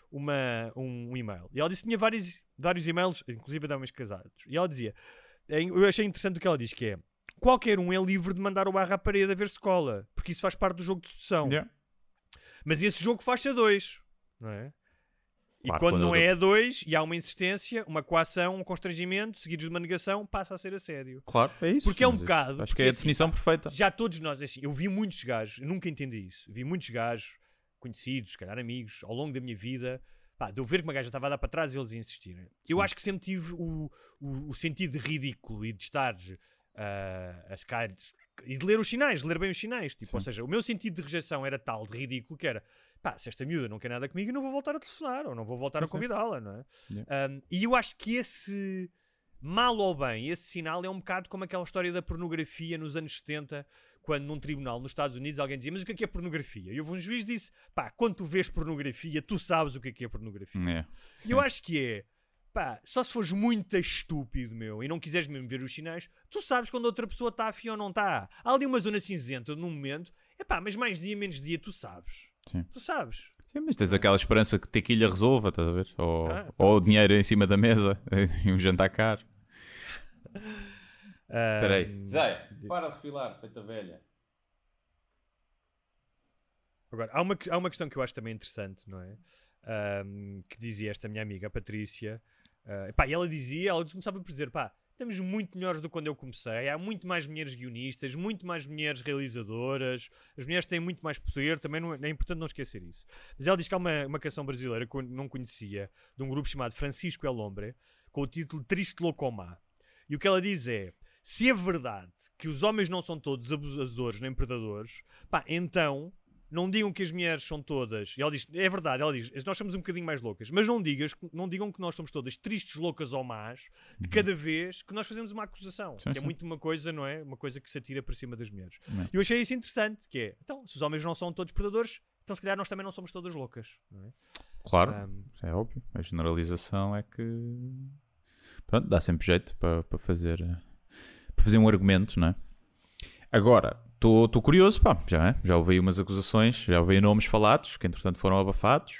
uma, um, um e-mail. E ela disse que tinha vários, vários e-mails, inclusive de homens casados. E ela dizia, eu achei interessante o que ela diz, que é, qualquer um é livre de mandar o barra à parede a ver se cola, porque isso faz parte do jogo de sedução. Yeah. Mas esse jogo faz-se a dois, não é? E Claro, quando, quando não eu- é a dois, e há uma insistência, uma coação, um constrangimento, seguidos de uma negação, passa a ser assédio. Claro, é isso. Porque é um mas isso- bocado- Acho que porque é a assim, definição perfeita. Já todos nós, assim, eu vi muitos gajos, eu nunca entendi isso, vi muitos gajos, conhecidos, se calhar amigos, ao longo da minha vida, pá, de eu ver que uma gaja estava a dar para trás e eles insistirem. Eu acho que sempre tive o, o, o sentido de ridículo e de estar uh, a secar e de ler os sinais, de ler bem os sinais. Tipo, ou seja, o meu sentido de rejeição era tal, de ridículo, que era pá, se esta miúda não quer nada comigo, eu não vou voltar a telefonar ou não vou voltar Sim, a convidá-la, não é? Yeah. Um, e eu acho que esse, mal ou bem, esse sinal é um bocado como aquela história da pornografia nos anos setenta, quando num tribunal nos Estados Unidos alguém dizia, mas o que é que é pornografia? E houve um juiz que disse, pá, quando tu vês pornografia, tu sabes o que é que é pornografia. É. E eu acho que é, pá, só se fores muito estúpido, meu, e não quiseres mesmo ver os sinais, tu sabes quando outra pessoa está afim ou não está. Há ali uma zona cinzenta num momento, é pá, mas mais dia, menos dia, tu sabes. Sim. Tu sabes. Sim, mas tens aquela esperança que tequilha resolva, estás a ver? Ou, Ah, ou o dinheiro em cima da mesa e um jantar caro. Ah, Espera aí. Zé, para de refilar, feita velha. Agora, há uma, há uma questão que eu acho também interessante, não é? Ahm, que dizia esta minha amiga, a Patrícia, ah, pá, e ela dizia, ela começava por dizer, pá, estamos muito melhores do que quando eu comecei, há muito mais mulheres guionistas, muito mais mulheres realizadoras, as mulheres têm muito mais poder, também não é, é importante não esquecer isso. Mas ela diz que há uma, uma canção brasileira que eu não conhecia, de um grupo chamado Francisco El Hombre, com o título Triste Locomá. E o que ela diz é, se é verdade que os homens não são todos abusadores nem predadores, pá, então não digam que as mulheres são todas, e ela diz, é verdade, ela diz, nós somos um bocadinho mais loucas, mas não, digas, não digam que nós somos todas tristes, loucas ou más, de cada vez que nós fazemos uma acusação, Sim, que é sim. muito uma coisa, não é? Uma coisa que se atira para cima das mulheres. Não. E eu achei isso interessante, que é, então, se os homens não são todos predadores, então se calhar nós também não somos todas loucas, não é? Claro, Ahm, é óbvio. A generalização é que... Pronto, dá sempre jeito para, para fazer... Para fazer um argumento, não é? Agora, estou curioso, pá, já, é? já ouvi umas acusações, já ouvi nomes falados, que entretanto foram abafados.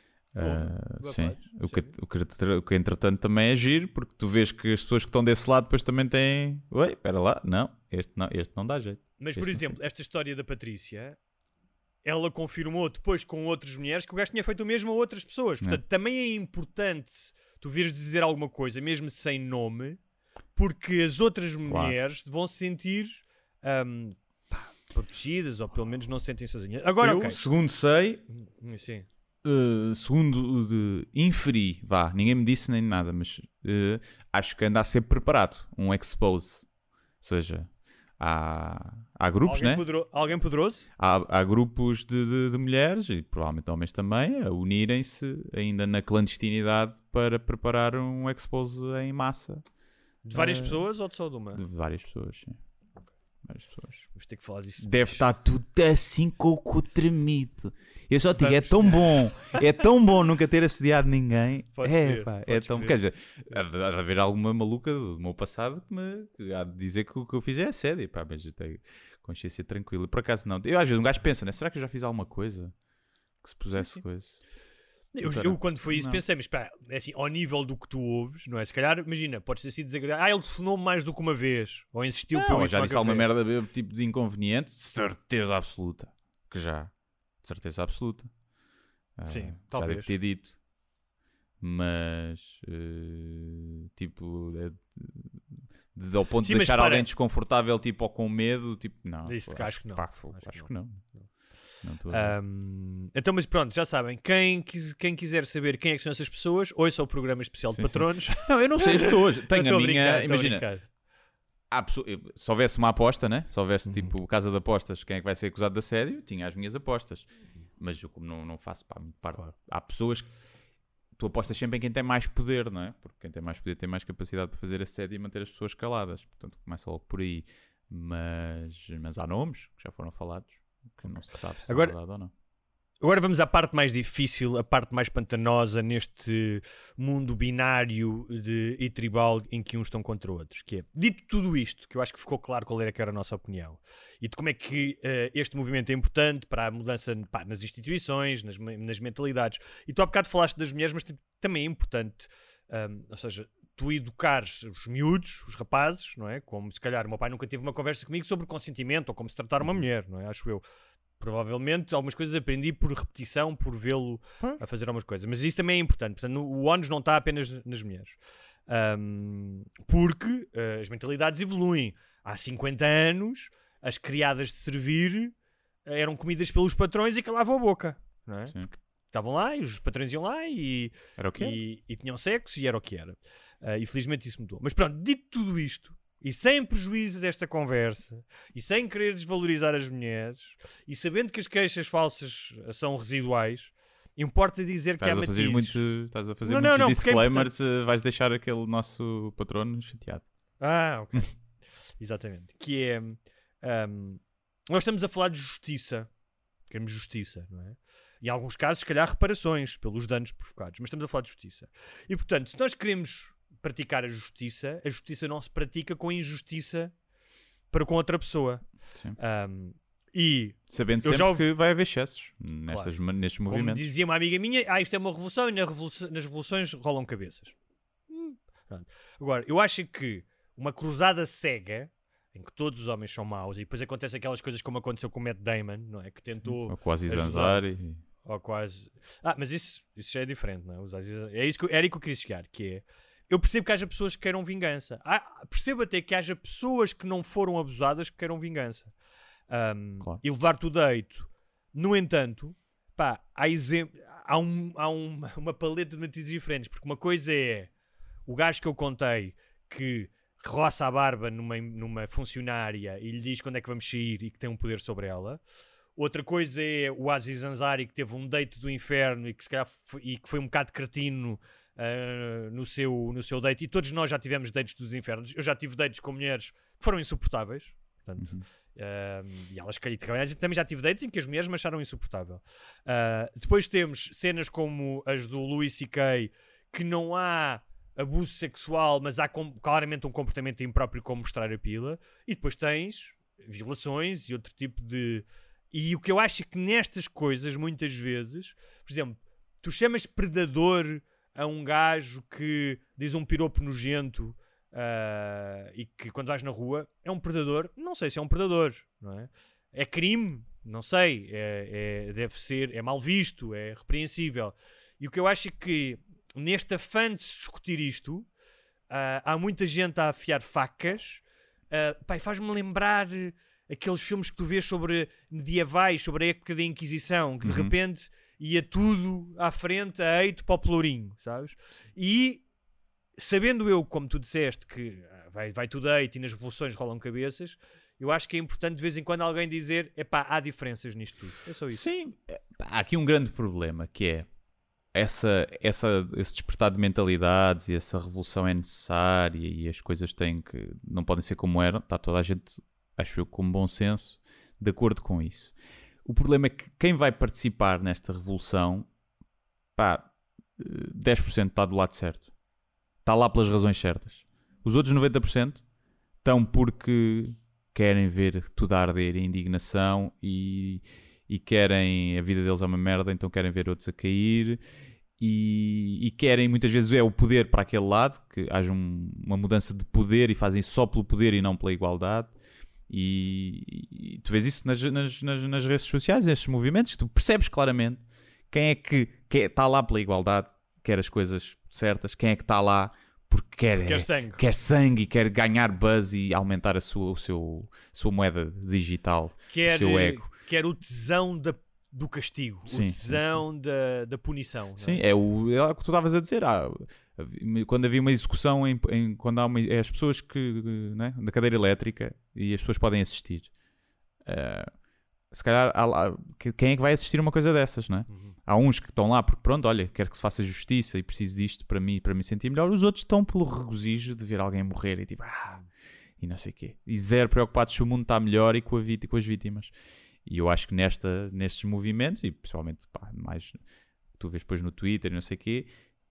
Ah, Houve, sim. abafados, O que, sim. o, que, o que entretanto também é giro, porque tu vês que as pessoas que estão desse lado depois também têm... Oi, espera lá, não este, não, este não dá jeito. Mas, Este por não exemplo, sei. esta história da Patrícia, ela confirmou depois com outras mulheres que o gajo tinha feito o mesmo a outras pessoas. Portanto, também é importante tu vires dizer alguma coisa, mesmo sem nome, porque as outras mulheres vão se sentir hum, pá, protegidas, ou pelo menos não se sentem sozinhas. Agora, Eu, ok. segundo sei, Hum, Sim. Uh, segundo de inferi, vá, ninguém me disse nem nada, mas uh, acho que anda a ser preparado um expose. Ou seja, há, há grupos, Alguém, né? podero- alguém poderoso? Há, há grupos de, de- de mulheres, e provavelmente homens também, a unirem-se ainda na clandestinidade para preparar um expose em massa De várias Eh, pessoas ou de só de uma? de várias pessoas. Sim. Várias pessoas. Vamos ter que falar disso. Deve estar tudo assim com o cu tremido. Eu só te digo, é Vamos. tão bom, é tão bom nunca ter assediado ninguém. Podes é, crer, pá, é podes tão. crer. Quer dizer, há de, há de haver alguma maluca do meu passado que me que há de dizer que o que eu fiz é assédio. Pá, mas eu tenho consciência tranquila. Por acaso não. Eu às vezes um gajo pensa, né? Será que eu já fiz alguma coisa que se pusesse sim. coisa? Eu, Então, eu, quando foi isso, não. pensei, mas espera, é assim, ao nível do que tu ouves, não é? Se calhar, imagina, podes ter sido desagradável. Ah, ele telefonou mais do que uma vez. Ou insistiu Não, para eu eu ir já tomar disse alguma café. merda tipo de inconveniente, de certeza absoluta. Que já. De certeza absoluta. Ah, Sim, já talvez. devo ter dito. Mas, eh, tipo, é de, de, ao ponto Sim, de mas deixar para- alguém desconfortável, tipo, ou com medo, tipo, não. Isso, pô, acho que não. pá, fogo, Acho acho, que que não. Não estou a ver. Ahm, então, mas pronto, já sabem. Quem, quis- quem quiser saber quem é que são essas pessoas, ouça o programa especial de Sim, sim. patronos. Não, eu não sei as pessoas. Eu Tenho estou a a minha. brincar, estou a Imagina, brincar. há pessoa- se houvesse uma aposta, né? Se houvesse Uhum. tipo casa de apostas, quem é que vai ser acusado de assédio, tinha as minhas apostas. Mas eu como não, não faço pá, muito parte. Há pessoas que tu apostas sempre em quem tem mais poder, não é? Porque quem tem mais poder tem mais capacidade para fazer assédio e manter as pessoas caladas. Portanto, começa logo por aí. Mas, mas há nomes que já foram falados que não se sabe se Agora- é verdade ou não. Agora vamos à parte mais difícil, a parte mais pantanosa neste mundo binário de, e tribal em que uns estão contra outros. Que é, dito tudo isto, que eu acho que ficou claro qual era que era a nossa opinião, e de como é que uh, este movimento é importante para a mudança pá, nas instituições, nas, nas mentalidades. E tu há bocado falaste das mulheres, mas também é importante, um, ou seja, tu educares os miúdos, os rapazes, não é? Como se calhar o meu pai nunca teve uma conversa comigo sobre consentimento ou como se tratar uma mulher, não é? Acho eu. Provavelmente algumas coisas aprendi por repetição, por vê-lo a fazer algumas coisas. Mas isso também é importante. Portanto, o ónus não está apenas nas mulheres. Um, porque uh, as mentalidades evoluem. Há cinquenta anos, as criadas de servir uh, eram comidas pelos patrões e calavam a boca. Não é? Estavam lá e os patrões iam lá e, era o que e, e tinham sexo e era o que era. Uh, e felizmente isso mudou. Mas pronto, dito tudo isto, e sem prejuízo desta conversa, e sem querer desvalorizar as mulheres, e sabendo que as queixas falsas são residuais, importa dizer estás que há a fazer matizes. muito, estás a fazer não, muitos não, não, disclaimers, é vais deixar aquele nosso patrono chateado. Ah, ok. Exatamente. Que é... Um, nós estamos a falar de justiça. Queremos justiça, não é? Em alguns casos, se calhar, reparações pelos danos provocados. Mas estamos a falar de justiça. E, portanto, se nós queremos praticar a justiça, a justiça não se pratica com injustiça para com outra pessoa. Sim. Um, e sabendo sempre já ouvi... que vai haver excessos nestas, claro. nestes Como movimentos. Como dizia uma amiga minha, ah, isto é uma revolução e na revolução, nas revoluções rolam cabeças. Hum. Agora, eu acho que uma cruzada cega, em que todos os homens são maus, e depois acontece aquelas coisas como aconteceu com o Matt Damon, não é? Que tentou... Ou quase zanzar e... Ou quase... Ah, mas isso, isso já é diferente, não é? É isso que, era aí que eu queria chegar, que é... Eu percebo que haja pessoas que queiram vingança. Ah, percebo até que haja pessoas que não foram abusadas que queiram vingança. Um, claro. E levar tudo a eito. No entanto, pá, há, exemplo, há, um, há um, uma paleta de matizes diferentes. Porque uma coisa é o gajo que eu contei que roça a barba numa, numa funcionária e lhe diz quando é que vamos sair e que tem um poder sobre ela. Outra coisa é o Aziz Ansari que teve um date do inferno e que, se calhar foi, e que foi um bocado cretino uh, no, seu, no seu date. E todos nós já tivemos dates dos infernos. Eu já tive dates com mulheres que foram insuportáveis. Portanto, uhum. uh, e elas também já tive dates em que as mulheres me acharam insuportável. Uh, depois temos cenas como as do Louis C K, que não há abuso sexual, mas há com, claramente um comportamento impróprio como mostrar a pila. E depois tens violações e outro tipo de... E o que eu acho é que nestas coisas, muitas vezes, por exemplo, tu chamas predador a um gajo que diz um piropo nojento uh, e que quando vais na rua é um predador. Não sei se é um predador, não é? É crime? Não sei. É, é, deve ser, é mal visto, é repreensível. E o que eu acho é que neste afã de se discutir isto, uh, há muita gente a afiar facas. Uh, pai, faz-me lembrar... aqueles filmes que tu vês sobre medievais, sobre a época da Inquisição, que de uhum. repente ia tudo à frente, a eito para o pelourinho, sabes? E sabendo eu, como tu disseste, que vai, vai tudo a eito e nas revoluções rolam cabeças, eu acho que é importante de vez em quando alguém dizer, epá, há diferenças nisto tudo. É só isso. Sim, há aqui um grande problema, que é essa, essa, esse despertar de mentalidades e essa revolução é necessária e as coisas têm que, não podem ser como eram, está toda a gente... acho eu com bom senso, de acordo com isso. O problema é que quem vai participar nesta revolução, pá, dez por cento está do lado certo. Está lá pelas razões certas. Os outros noventa por cento estão porque querem ver tudo a arder em indignação e, e querem, a vida deles é uma merda, então querem ver outros a cair e, e querem, muitas vezes, é o poder para aquele lado, que haja um, uma mudança de poder e fazem só pelo poder e não pela igualdade. E, e tu vês isso nas, nas, nas, nas redes sociais, nestes movimentos, tu percebes claramente quem é que quer, está lá pela igualdade, quer as coisas certas, quem é que está lá porque quer, quer, sangue. quer sangue e quer ganhar buzz e aumentar a sua, o seu, a sua moeda digital, quer, o seu ego. Quer o tesão da, do castigo, sim, o tesão sim, sim. Da, da punição. Sim, é? É, o, é o que tu estavas a dizer. Ah, quando havia uma execução, em, em, quando há uma, é as pessoas que, né, da cadeira elétrica e as pessoas podem assistir. Uh, se calhar, há lá, quem é que vai assistir a uma coisa dessas, não é? Uhum. Há uns que estão lá porque, pronto, olha, quero que se faça justiça e preciso disto para mim, para me sentir melhor. Os outros estão pelo regozijo de ver alguém morrer e tipo, ah, e não sei o quê. E zero preocupados se o mundo está melhor e com, a vit- com as vítimas. E eu acho que nesta, nestes movimentos, e principalmente pá, mais tu vês depois no Twitter e não sei o quê,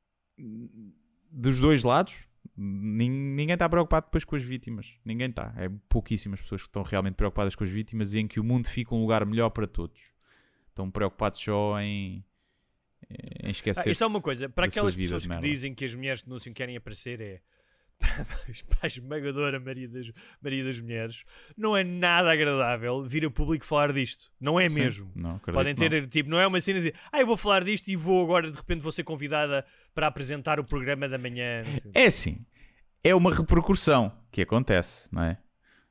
dos dois lados, ninguém está preocupado depois com as vítimas. Ninguém está. É pouquíssimas pessoas que estão realmente preocupadas com as vítimas e em que o mundo fica um lugar melhor para todos. Estão preocupados só em, em esquecer. Ah, isso é uma coisa. Para aquelas pessoas que dizem que as mulheres que denunciam querem aparecer, é para a esmagadora maioria das, maioria das mulheres, não é nada agradável vir a público falar disto. Não é. Sim, mesmo. Não, podem ter, não. tipo, não é uma cena de ah, eu vou falar disto e vou agora, de repente, vou ser convidada para apresentar o programa da manhã. É assim, é uma repercussão que acontece, não é?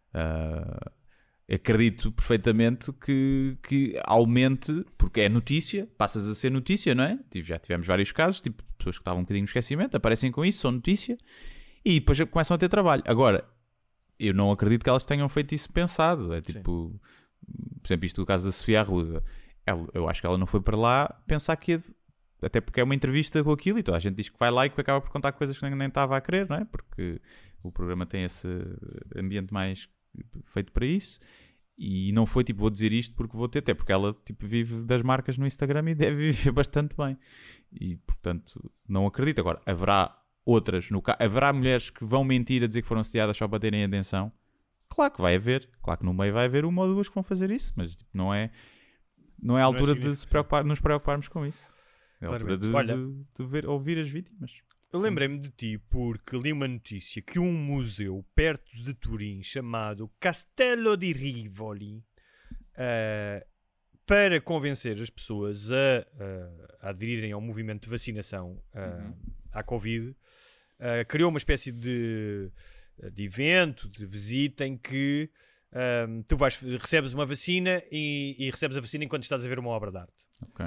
Uh, acredito perfeitamente que, que aumente, porque é notícia, passas a ser notícia, não é? Já tivemos vários casos, tipo, pessoas que estavam um bocadinho no esquecimento, aparecem com isso, são notícia. E depois começam a ter trabalho. Agora, eu não acredito que elas tenham feito isso pensado. É tipo, sim, por exemplo, isto do caso da Sofia Arruda. Ela, eu acho que ela não foi para lá pensar que ia, até porque é uma entrevista com aquilo e toda a gente diz que vai lá e que acaba por contar coisas que nem, nem estava a querer, não é? Porque o programa tem esse ambiente mais feito para isso. E não foi tipo, vou dizer isto porque vou ter, até porque ela tipo, vive das marcas no Instagram e deve viver bastante bem. E, portanto, não acredito. Agora, haverá outras, no ca... haverá mulheres que vão mentir a dizer que foram assediadas só para terem atenção? Claro que vai haver, claro que no meio vai haver uma ou duas que vão fazer isso, mas tipo, não é não é a altura não é de se preocupar, nos preocuparmos com isso. É a altura de, Olha, de, de ver, ouvir as vítimas. Eu lembrei-me de ti porque li uma notícia que um museu perto de Turim chamado Castello di Rivoli, uh, para convencer as pessoas a, a, a aderirem ao movimento de vacinação uh, uhum. à Covid, uh, criou uma espécie de, de evento, de visita em que um, tu vais, recebes uma vacina e, e recebes a vacina enquanto estás a ver uma obra de arte. Okay.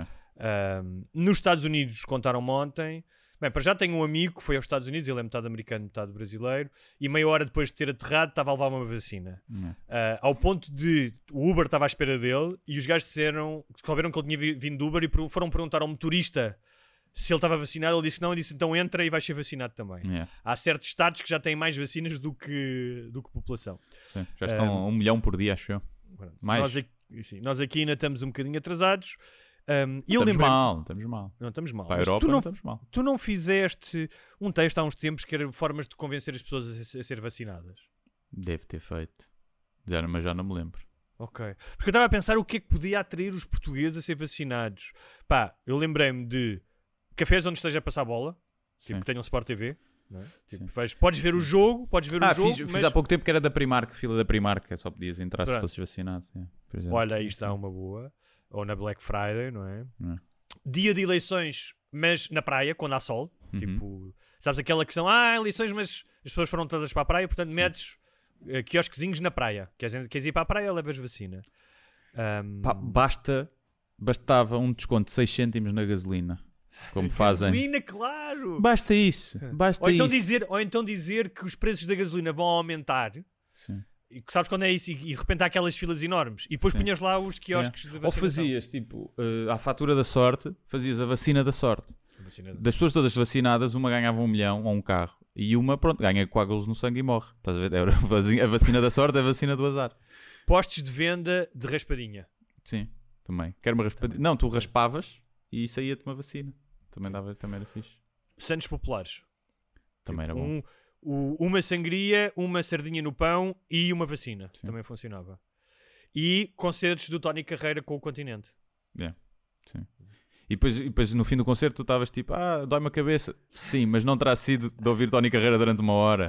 Um, nos Estados Unidos contaram-me ontem. Bem, para já tenho um amigo que foi aos Estados Unidos, ele é metade americano, metade brasileiro, e meia hora depois de ter aterrado estava a levar uma vacina. Uhum. Uh, ao ponto de o Uber estava à espera dele e os gajos disseram, descobriram que ele tinha vindo do Uber e foram perguntar ao motorista se ele estava vacinado. Ele disse que não, ele disse então entra e vais ser vacinado também. Yeah. Há certos estados que já têm mais vacinas do que, do que população. Sim, já estão um, a um milhão por dia, acho eu. Mais. Nós aqui, sim, nós aqui ainda estamos um bocadinho atrasados. Um, não, estamos mal, não estamos mal. Não estamos mal. Para a Europa tu não, não estamos mal. Tu não fizeste um texto há uns tempos que era formas de convencer as pessoas a, a ser vacinadas? Deve ter feito. Já, mas já não me lembro. Ok. Porque eu estava a pensar o que é que podia atrair os portugueses a ser vacinados. Pá, eu lembrei-me de cafés onde esteja a passar bola, tipo que tenham Sport T V. Não é? Tipo, vais, podes ver o jogo, podes ver ah, o jogo. Fiz, mas... fiz há pouco tempo que era da Primark, fila da Primark, só podias entrar Pronto. Se fosses vacinado. É, por exemplo. Olha, aí está uma boa. Ou na Black Friday, não é? Não. Dia de eleições, mas na praia, quando há sol. Uhum. Tipo, sabes aquela questão, ah, eleições, mas as pessoas foram todas para a praia, portanto Sim. metes uh, quiosquezinhos na praia. Queres, queres ir para a praia, levas vacina. Um... Pá, basta, bastava um desconto de seis cêntimos na gasolina. Como fazem. Gasolina, claro! Basta isso. Basta ou, então isso. Dizer, ou então dizer que os preços da gasolina vão aumentar. Sim. E sabes quando é isso? E, e de repente há aquelas filas enormes. E depois Sim. punhas lá os quiosques é. de vacinação. Ou fazias, tipo, uh, à fatura da sorte, fazias a vacina da sorte. Vacina de... Das pessoas todas vacinadas, uma ganhava um milhão ou um carro. E uma, pronto, ganha coágulos no sangue e morre. Estás a ver? Era a vacina da sorte, é a vacina do azar. Postos de venda de raspadinha. Sim, também. Quero uma raspadinha. Não, tu raspavas e saía-te uma vacina. Também, dava, também era fixe. Santos populares. Também tipo, era bom. Um... O, uma sangria, uma sardinha no pão e uma vacina. Sim. Também funcionava. E concertos do Tony Carreira com o Continente. É, sim. E depois, e depois no fim do concerto tu estavas tipo, ah, dói-me a cabeça. Sim, mas não terá sido de ouvir Tony Carreira durante uma hora.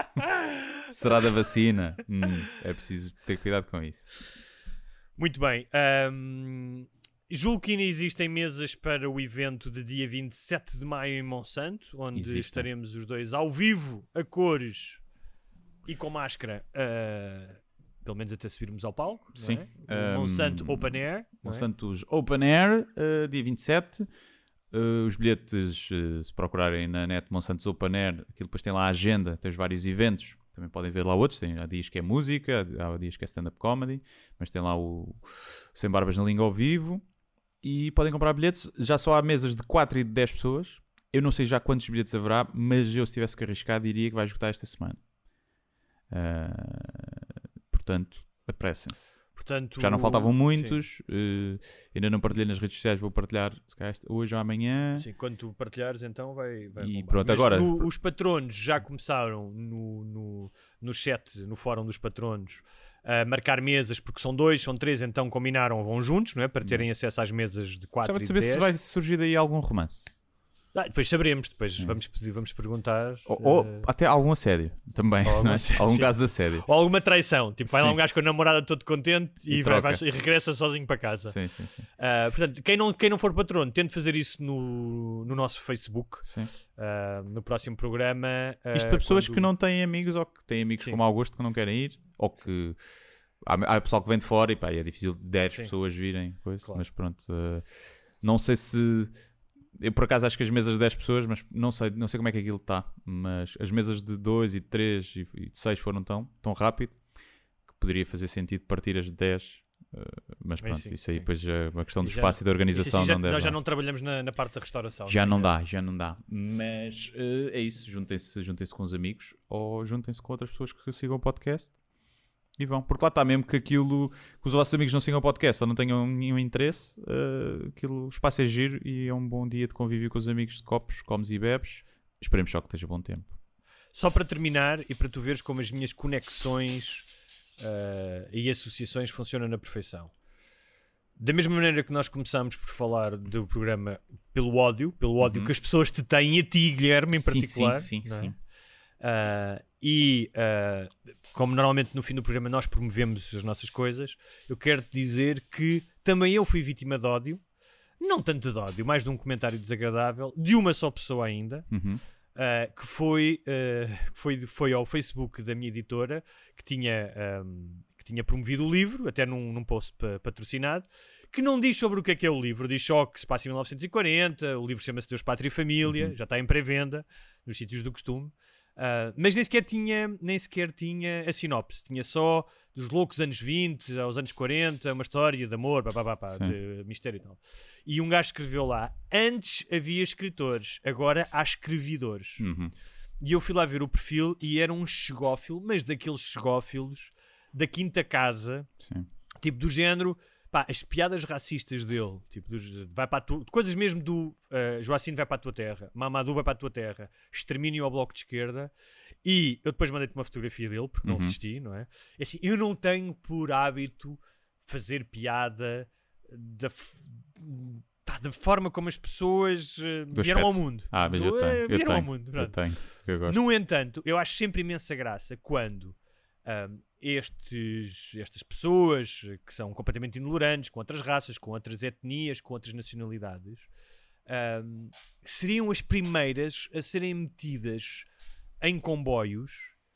Será da vacina. Hum, é preciso ter cuidado com isso. Muito bem. Um... Julgo que ainda existem mesas para o evento de dia vinte e sete de maio em Monsanto, onde existem. Estaremos os dois ao vivo, a cores e com máscara, uh, pelo menos até subirmos ao palco. Sim. Não é? um, Monsanto Open Air. Monsanto's é? Open Air, uh, dia vinte e sete. Uh, os bilhetes, uh, se procurarem na net Monsanto's Open Air, aquilo depois tem lá a agenda, tem os vários eventos. Também podem ver lá outros, tem, há dias que é música, há dias que é stand-up comedy, mas tem lá o Sem Barbas na Língua ao vivo. E podem comprar bilhetes, já só há mesas de quatro e de dez pessoas. Eu não sei já quantos bilhetes haverá, mas eu se tivesse que arriscar diria que vai esgotar esta semana. Uh, portanto, apressem-se. Portanto, já não faltavam muitos, uh, ainda não partilhei nas redes sociais, vou partilhar se calhar, hoje ou amanhã. Sim, quando tu partilhares então vai, vai e bombar. pronto, Mas agora no, os patronos já começaram no, no, no chat, no fórum dos patronos, a marcar mesas, porque são dois, são três, então combinaram, vão juntos, não é? Para terem acesso às mesas de quatro e de saber dez. se vai surgir daí algum romance. Ah, depois saberemos, depois vamos, pedir, vamos perguntar. Ou, ou uh... até algum assédio também, algum, não é? assédio, algum sim. caso de assédio. Ou alguma traição, tipo, vai sim. lá um gajo com a namorada todo contente e, e, vai, vai, e regressa sozinho para casa. Sim, sim, sim. Uh, portanto, quem não, quem não for patrono, tente fazer isso no, no nosso Facebook, uh, no próximo programa. Uh, Isto para pessoas quando... que não têm amigos ou que têm amigos sim. como Augusto que não querem ir, ou que há, há pessoal que vem de fora e pá, é difícil dez sim. pessoas virem, coisa, claro. Mas pronto, uh, não sei se. Eu por acaso acho que as mesas de dez pessoas, mas não sei, não sei como é que aquilo está, mas as mesas de dois e de três e de seis foram tão, tão rápido que poderia fazer sentido partir as de dez, uh, mas pronto, sim, isso aí sim. Depois é uma questão do já, espaço e da organização. Assim, já, não deve nós já dar. não trabalhamos na, na parte da restauração. Já não, não dá, já não dá, mas uh, é isso, juntem-se, juntem-se com os amigos ou juntem-se com outras pessoas que sigam o podcast. E vão, porque lá está mesmo que aquilo que os vossos amigos não sigam o podcast ou não tenham nenhum interesse, uh, aquilo, o espaço é giro e é um bom dia de convívio com os amigos de copos, comes e bebes. Esperemos só que esteja bom tempo. Só para terminar e para tu veres como as minhas conexões uh, e associações funcionam na perfeição. Da mesma maneira que nós começámos por falar do programa pelo ódio, pelo ódio uhum. que as pessoas te têm, a ti, Guilherme, em particular. Sim, sim, sim. Não é? sim. Uh, e uh, como normalmente no fim do programa nós promovemos as nossas coisas, eu quero-te dizer que também eu fui vítima de ódio, não tanto de ódio, mais de um comentário desagradável de uma só pessoa ainda, uhum. uh, que foi, uh, foi, foi ao Facebook da minha editora, que tinha, um, que tinha promovido o livro, até num, num post patrocinado, que não diz sobre o que é que é o livro, diz só que se passa em mil novecentos e quarenta, o livro chama-se Deus, Pátria e Família, uhum. já está em pré-venda nos sítios do costume. Uh, mas nem sequer, tinha, nem sequer tinha a sinopse, tinha só dos loucos anos vinte aos anos quarenta, uma história de amor, pá, pá, pá, de mistério e tal. E um gajo escreveu lá: antes havia escritores, agora há escrevidores. Uhum. E eu fui lá ver o perfil e era um chegófilo, mas daqueles chegófilos da quinta casa, sim. tipo do género. Pá, as piadas racistas dele, tipo, dos, vai para a tua, coisas mesmo do uh, Joacine vai para a tua terra, Mamadou vai para a tua terra, extermínio ao bloco de esquerda. E eu depois mandei-te uma fotografia dele, porque não uhum. resisti, não é? É assim, eu não tenho por hábito fazer piada da, pá, da forma como as pessoas uh, vieram ao mundo. Ah, mas eu do, tenho, uh, eu vieram tenho, ao mundo. eu tenho, eu gosto. No entanto, eu acho sempre imensa graça quando um, estes, estas pessoas que são completamente intolerantes com outras raças, com outras etnias, com outras nacionalidades, um, seriam as primeiras a serem metidas em comboios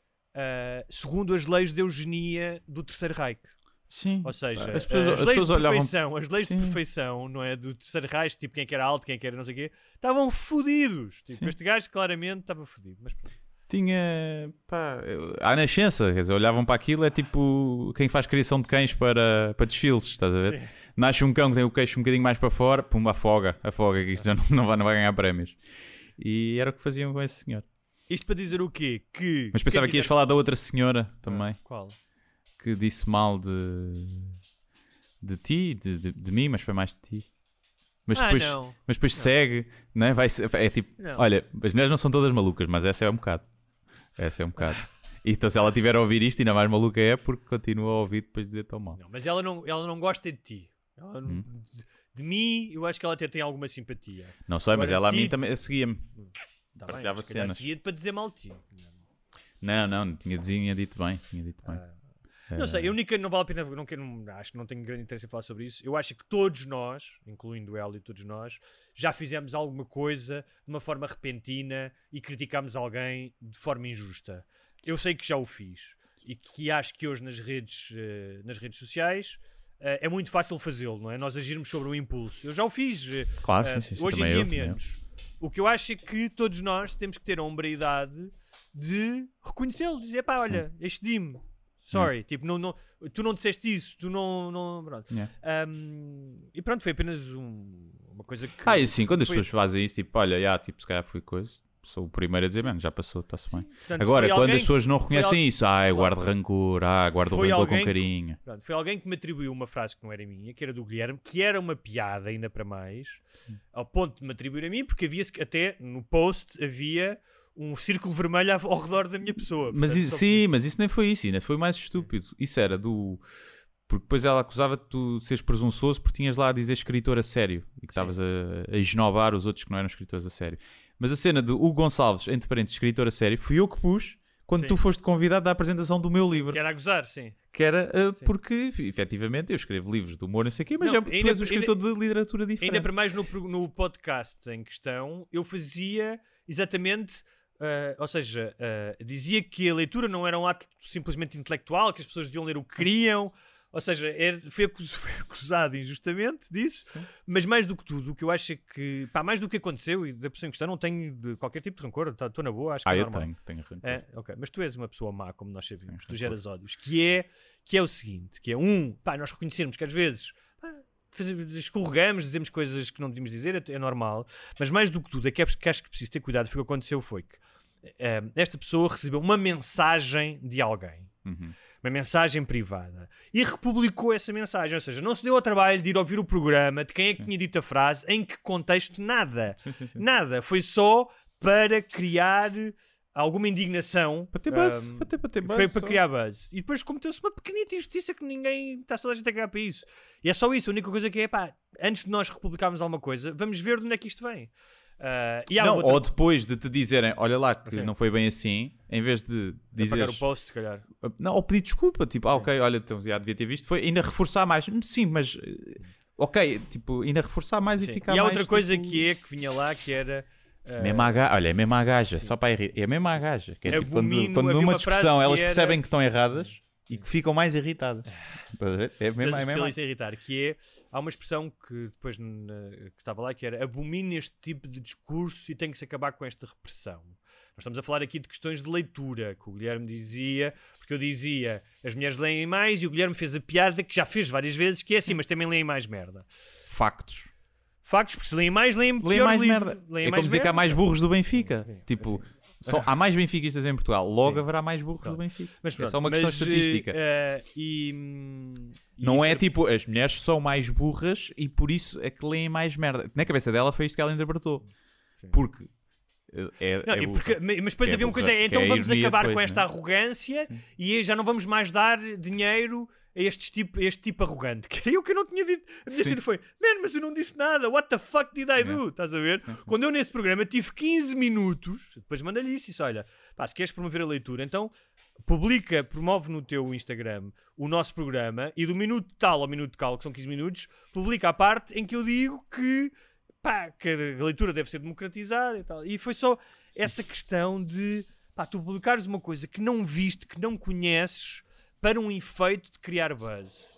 uh, segundo as leis de eugenia do Terceiro Reich. Sim. Ou seja, as, pessoas, as as leis pessoas de perfeição, olhavam... as leis Sim. de perfeição, não é, do Terceiro Reich, tipo quem é que era alto, quem é que era não sei o quê, estavam fodidos. Tipo, este gajo claramente estava fodido, mas pronto. Tinha, pá, à nascença, quer dizer, olhavam para aquilo, é tipo quem faz criação de cães para, para desfiles, estás a ver? Sim. Nasce um cão que tem o queixo um bocadinho mais para fora, pumba, afoga, afoga, que isto já não, não, vai, não vai ganhar prémios. E era o que faziam com esse senhor. Isto para dizer o quê? Que, Mas pensava que, que ias falar da outra senhora também. Ah, qual? Que disse mal de, de ti, de, de, de mim, mas foi mais de ti. Mas depois, ah, não. Mas depois não. segue, né? Vai, é tipo, não. Olha, as mulheres não são todas malucas, mas essa é um bocado. Essa é um bocado. E então se ela tiver a ouvir isto, ainda mais maluca é porque continua a ouvir depois de dizer tão mal. Não, mas ela não, ela não gosta de ti. Ela não, hum. de, de mim, eu acho que ela até tem alguma simpatia. Não sei, Agora, mas ela ti... a mim também seguia-me. Tá partilhava bem, cenas. Seguia-te para dizer mal de ti. Não, não, tinha, tinha dito bem. Tinha dito bem. Ah. Não sei, eu única, não vale a pena, não quero, não, acho que não tenho grande interesse em falar sobre isso. Eu acho que todos nós, incluindo ela e todos nós, já fizemos alguma coisa de uma forma repentina e criticámos alguém de forma injusta. Eu sei que já o fiz e que acho que hoje nas redes, uh, nas redes sociais uh, é muito fácil fazê-lo, não é? Nós agirmos sobre o impulso. Eu já o fiz, uh, claro, sim, sim, sim, hoje em dia eu, menos. O que eu acho é que todos nós temos que ter a hombridade de reconhecê-lo, dizer, pá, olha, excedi-me. Sorry, hum. tipo, não, não, tu não disseste isso, tu não... não pronto. Yeah. Um, e pronto, foi apenas um, uma coisa que... Ah, e sim, quando as foi... pessoas fazem isso, tipo, olha, já, tipo, se calhar fui coisa, sou o primeiro a dizer, bem, já passou, está-se bem. Portanto, Agora, foi quando alguém- as pessoas não reconhecem al- isso, ah, eu Claro. guardo rancor, ah, guardo o Foi rancor alguém com que- carinho. Pronto, foi alguém que me atribuiu uma frase que não era minha, que era do Guilherme, que era uma piada ainda para mais, ao ponto de me atribuir a mim, porque havia até no post havia um círculo vermelho ao ao redor da minha pessoa. Mas Portanto, isso, só sim, mas isso nem foi isso, ainda foi mais estúpido. Isso era do... Porque depois ela acusava-te de tu seres presunçoso porque tinhas lá a dizer escritor a sério e que estavas a, a esnobar os outros que não eram escritores a sério. Mas a cena de Hugo Gonçalves, entre parênteses, escritor a sério, fui eu que pus quando Sim. tu foste convidado da apresentação do meu livro. Que era a gozar, sim. Que era uh, porque, efetivamente, eu escrevo livros de humor, não sei o quê, mas Não, é, tu ainda- és um escritor de literatura diferente. Ainda para mais no, pro- no podcast em questão, eu fazia exatamente, ah, ou seja, ah, dizia que a leitura não era um ato simplesmente intelectual, que as pessoas deviam ler o que queriam, ou seja, era, foi, acus, foi acusado injustamente disso, Sim. mas mais do que tudo, o que eu acho é que, pá, mais do que aconteceu, e da pessoa em questão, não tenho de qualquer tipo de rancor, estou na boa, acho que Ah, é eu normal. tenho, tenho rancor. É, ok, mas tu és uma pessoa má, como nós sabemos, Sim, tu geras ódios, que é, que é o seguinte, que é um, pá, nós reconhecermos que às vezes pá, faz- escorregamos, dizemos coisas que não devíamos dizer, é, é normal, mas mais do que tudo, é que, é, que acho que preciso ter cuidado, foi o que aconteceu foi que eh, esta pessoa recebeu uma mensagem de alguém, Uhum. uma mensagem privada, e republicou essa mensagem, ou seja, não se deu ao trabalho de ir ouvir o programa, de quem é que Sim. tinha dito a frase, em que contexto, nada. Sim, sim, sim. Nada, foi só para criar alguma indignação. Para ter buzz, ahm, para ter, para ter buzz. foi para só. criar buzz. E depois cometeu-se uma pequenita injustiça que ninguém está toda a gente a criar para isso. E é só isso, a única coisa que é, pá, antes de nós republicarmos alguma coisa, vamos ver de onde é que isto vem. Ah, e há Não, outra... ou depois de te dizerem, olha lá que Sim. não foi bem assim, em vez de de apagar dizer, o post, se calhar. não, ou pedir desculpa, tipo, ah, ok, olha, então já devia ter visto, foi ainda reforçar mais, sim, mas eh, ok, tipo, ainda reforçar mais Sim. e ficar E há mais, outra coisa tipo, que é, que vinha lá, que era... ah, mesmo à ga- olha, é mesmo à gaja, só para irri- é mesmo à gaja, que é tipo, quando, Abomino, quando havia numa uma frase discussão que elas era- percebem que estão erradas e que ficam mais irritadas. Estás a ver? É mesmo, é mesmo. especialista em irritar, que é, há uma expressão que depois na- que estava lá, que era abomina este tipo de discurso e tem que se acabar com esta repressão. Nós estamos a falar aqui de questões de leitura, que o Guilherme dizia, porque eu dizia, as mulheres leem mais, e o Guilherme fez a piada, que já fez várias vezes, que é assim, mas também leem mais merda. Factos. Factos, porque se leem mais, leem, Leem pior mais livro. merda. Leem É mais como dizer que há merda. mais burros do Benfica. Sim, Tipo, assim. só, há mais benfiquistas em Portugal, logo Sim. haverá mais burros Pronto. do Benfica. Mas é pronto, só uma mas, questão estatística. eh, e, hum, e Não isto é tipo, as mulheres são mais burras e por isso é que leem mais merda. Na cabeça dela foi isto que ela interpretou. Sim. Porque eh, é, Não, é e burra. porque- mas depois Que é havia uma coisa, burra, é, que então é a vamos ironia acabar depois, com esta né? arrogância e já não vamos mais dar dinheiro a este tipo, a este tipo arrogante. Que era eu que eu não tinha dito. A minha Sim. cena foi, man, mas eu não disse nada. What the fuck did I do? Yeah. Estás a ver? Sim, sim. Quando eu nesse programa tive quinze minutos, depois mandei-lhe isso e disse, olha, pá, se queres promover a leitura, então publica, promove no teu Instagram o nosso programa e do minuto tal ao minuto tal, que são quinze minutos, publica a parte em que eu digo que, pá, que a leitura deve ser democratizada e tal. E foi só essa questão de, pá, tu publicares uma coisa que não viste, que não conheces, para um efeito de criar buzz.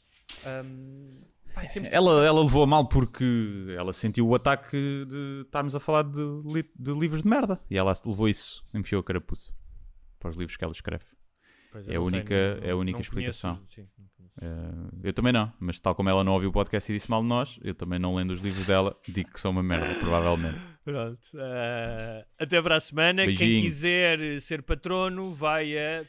Hum, pá, temos que- Ela, ela levou a mal porque ela sentiu o ataque de estarmos a falar de, li- de livros de merda. E ela levou isso, enfiou a carapuça para os livros que ela escreve. Pois, é eu a não sei, única- não- é a única não conheço, explicação. sim, não conheço. Eh, eu também não, mas tal como ela não ouviu o podcast e disse mal de nós, eu também não lendo os livros dela, digo que são uma merda, provavelmente. Pronto. ah, até para a semana. Quem Beijinho. quiser ser patrono, vai a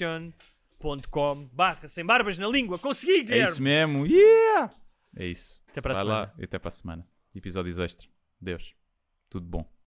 patreon.com barra sem barbas na língua. Consegui, É Guilherme! isso mesmo, yeah! É isso. Até para a Vai semana. lá e até para a semana. Episódios extra. Deus. Tudo bom.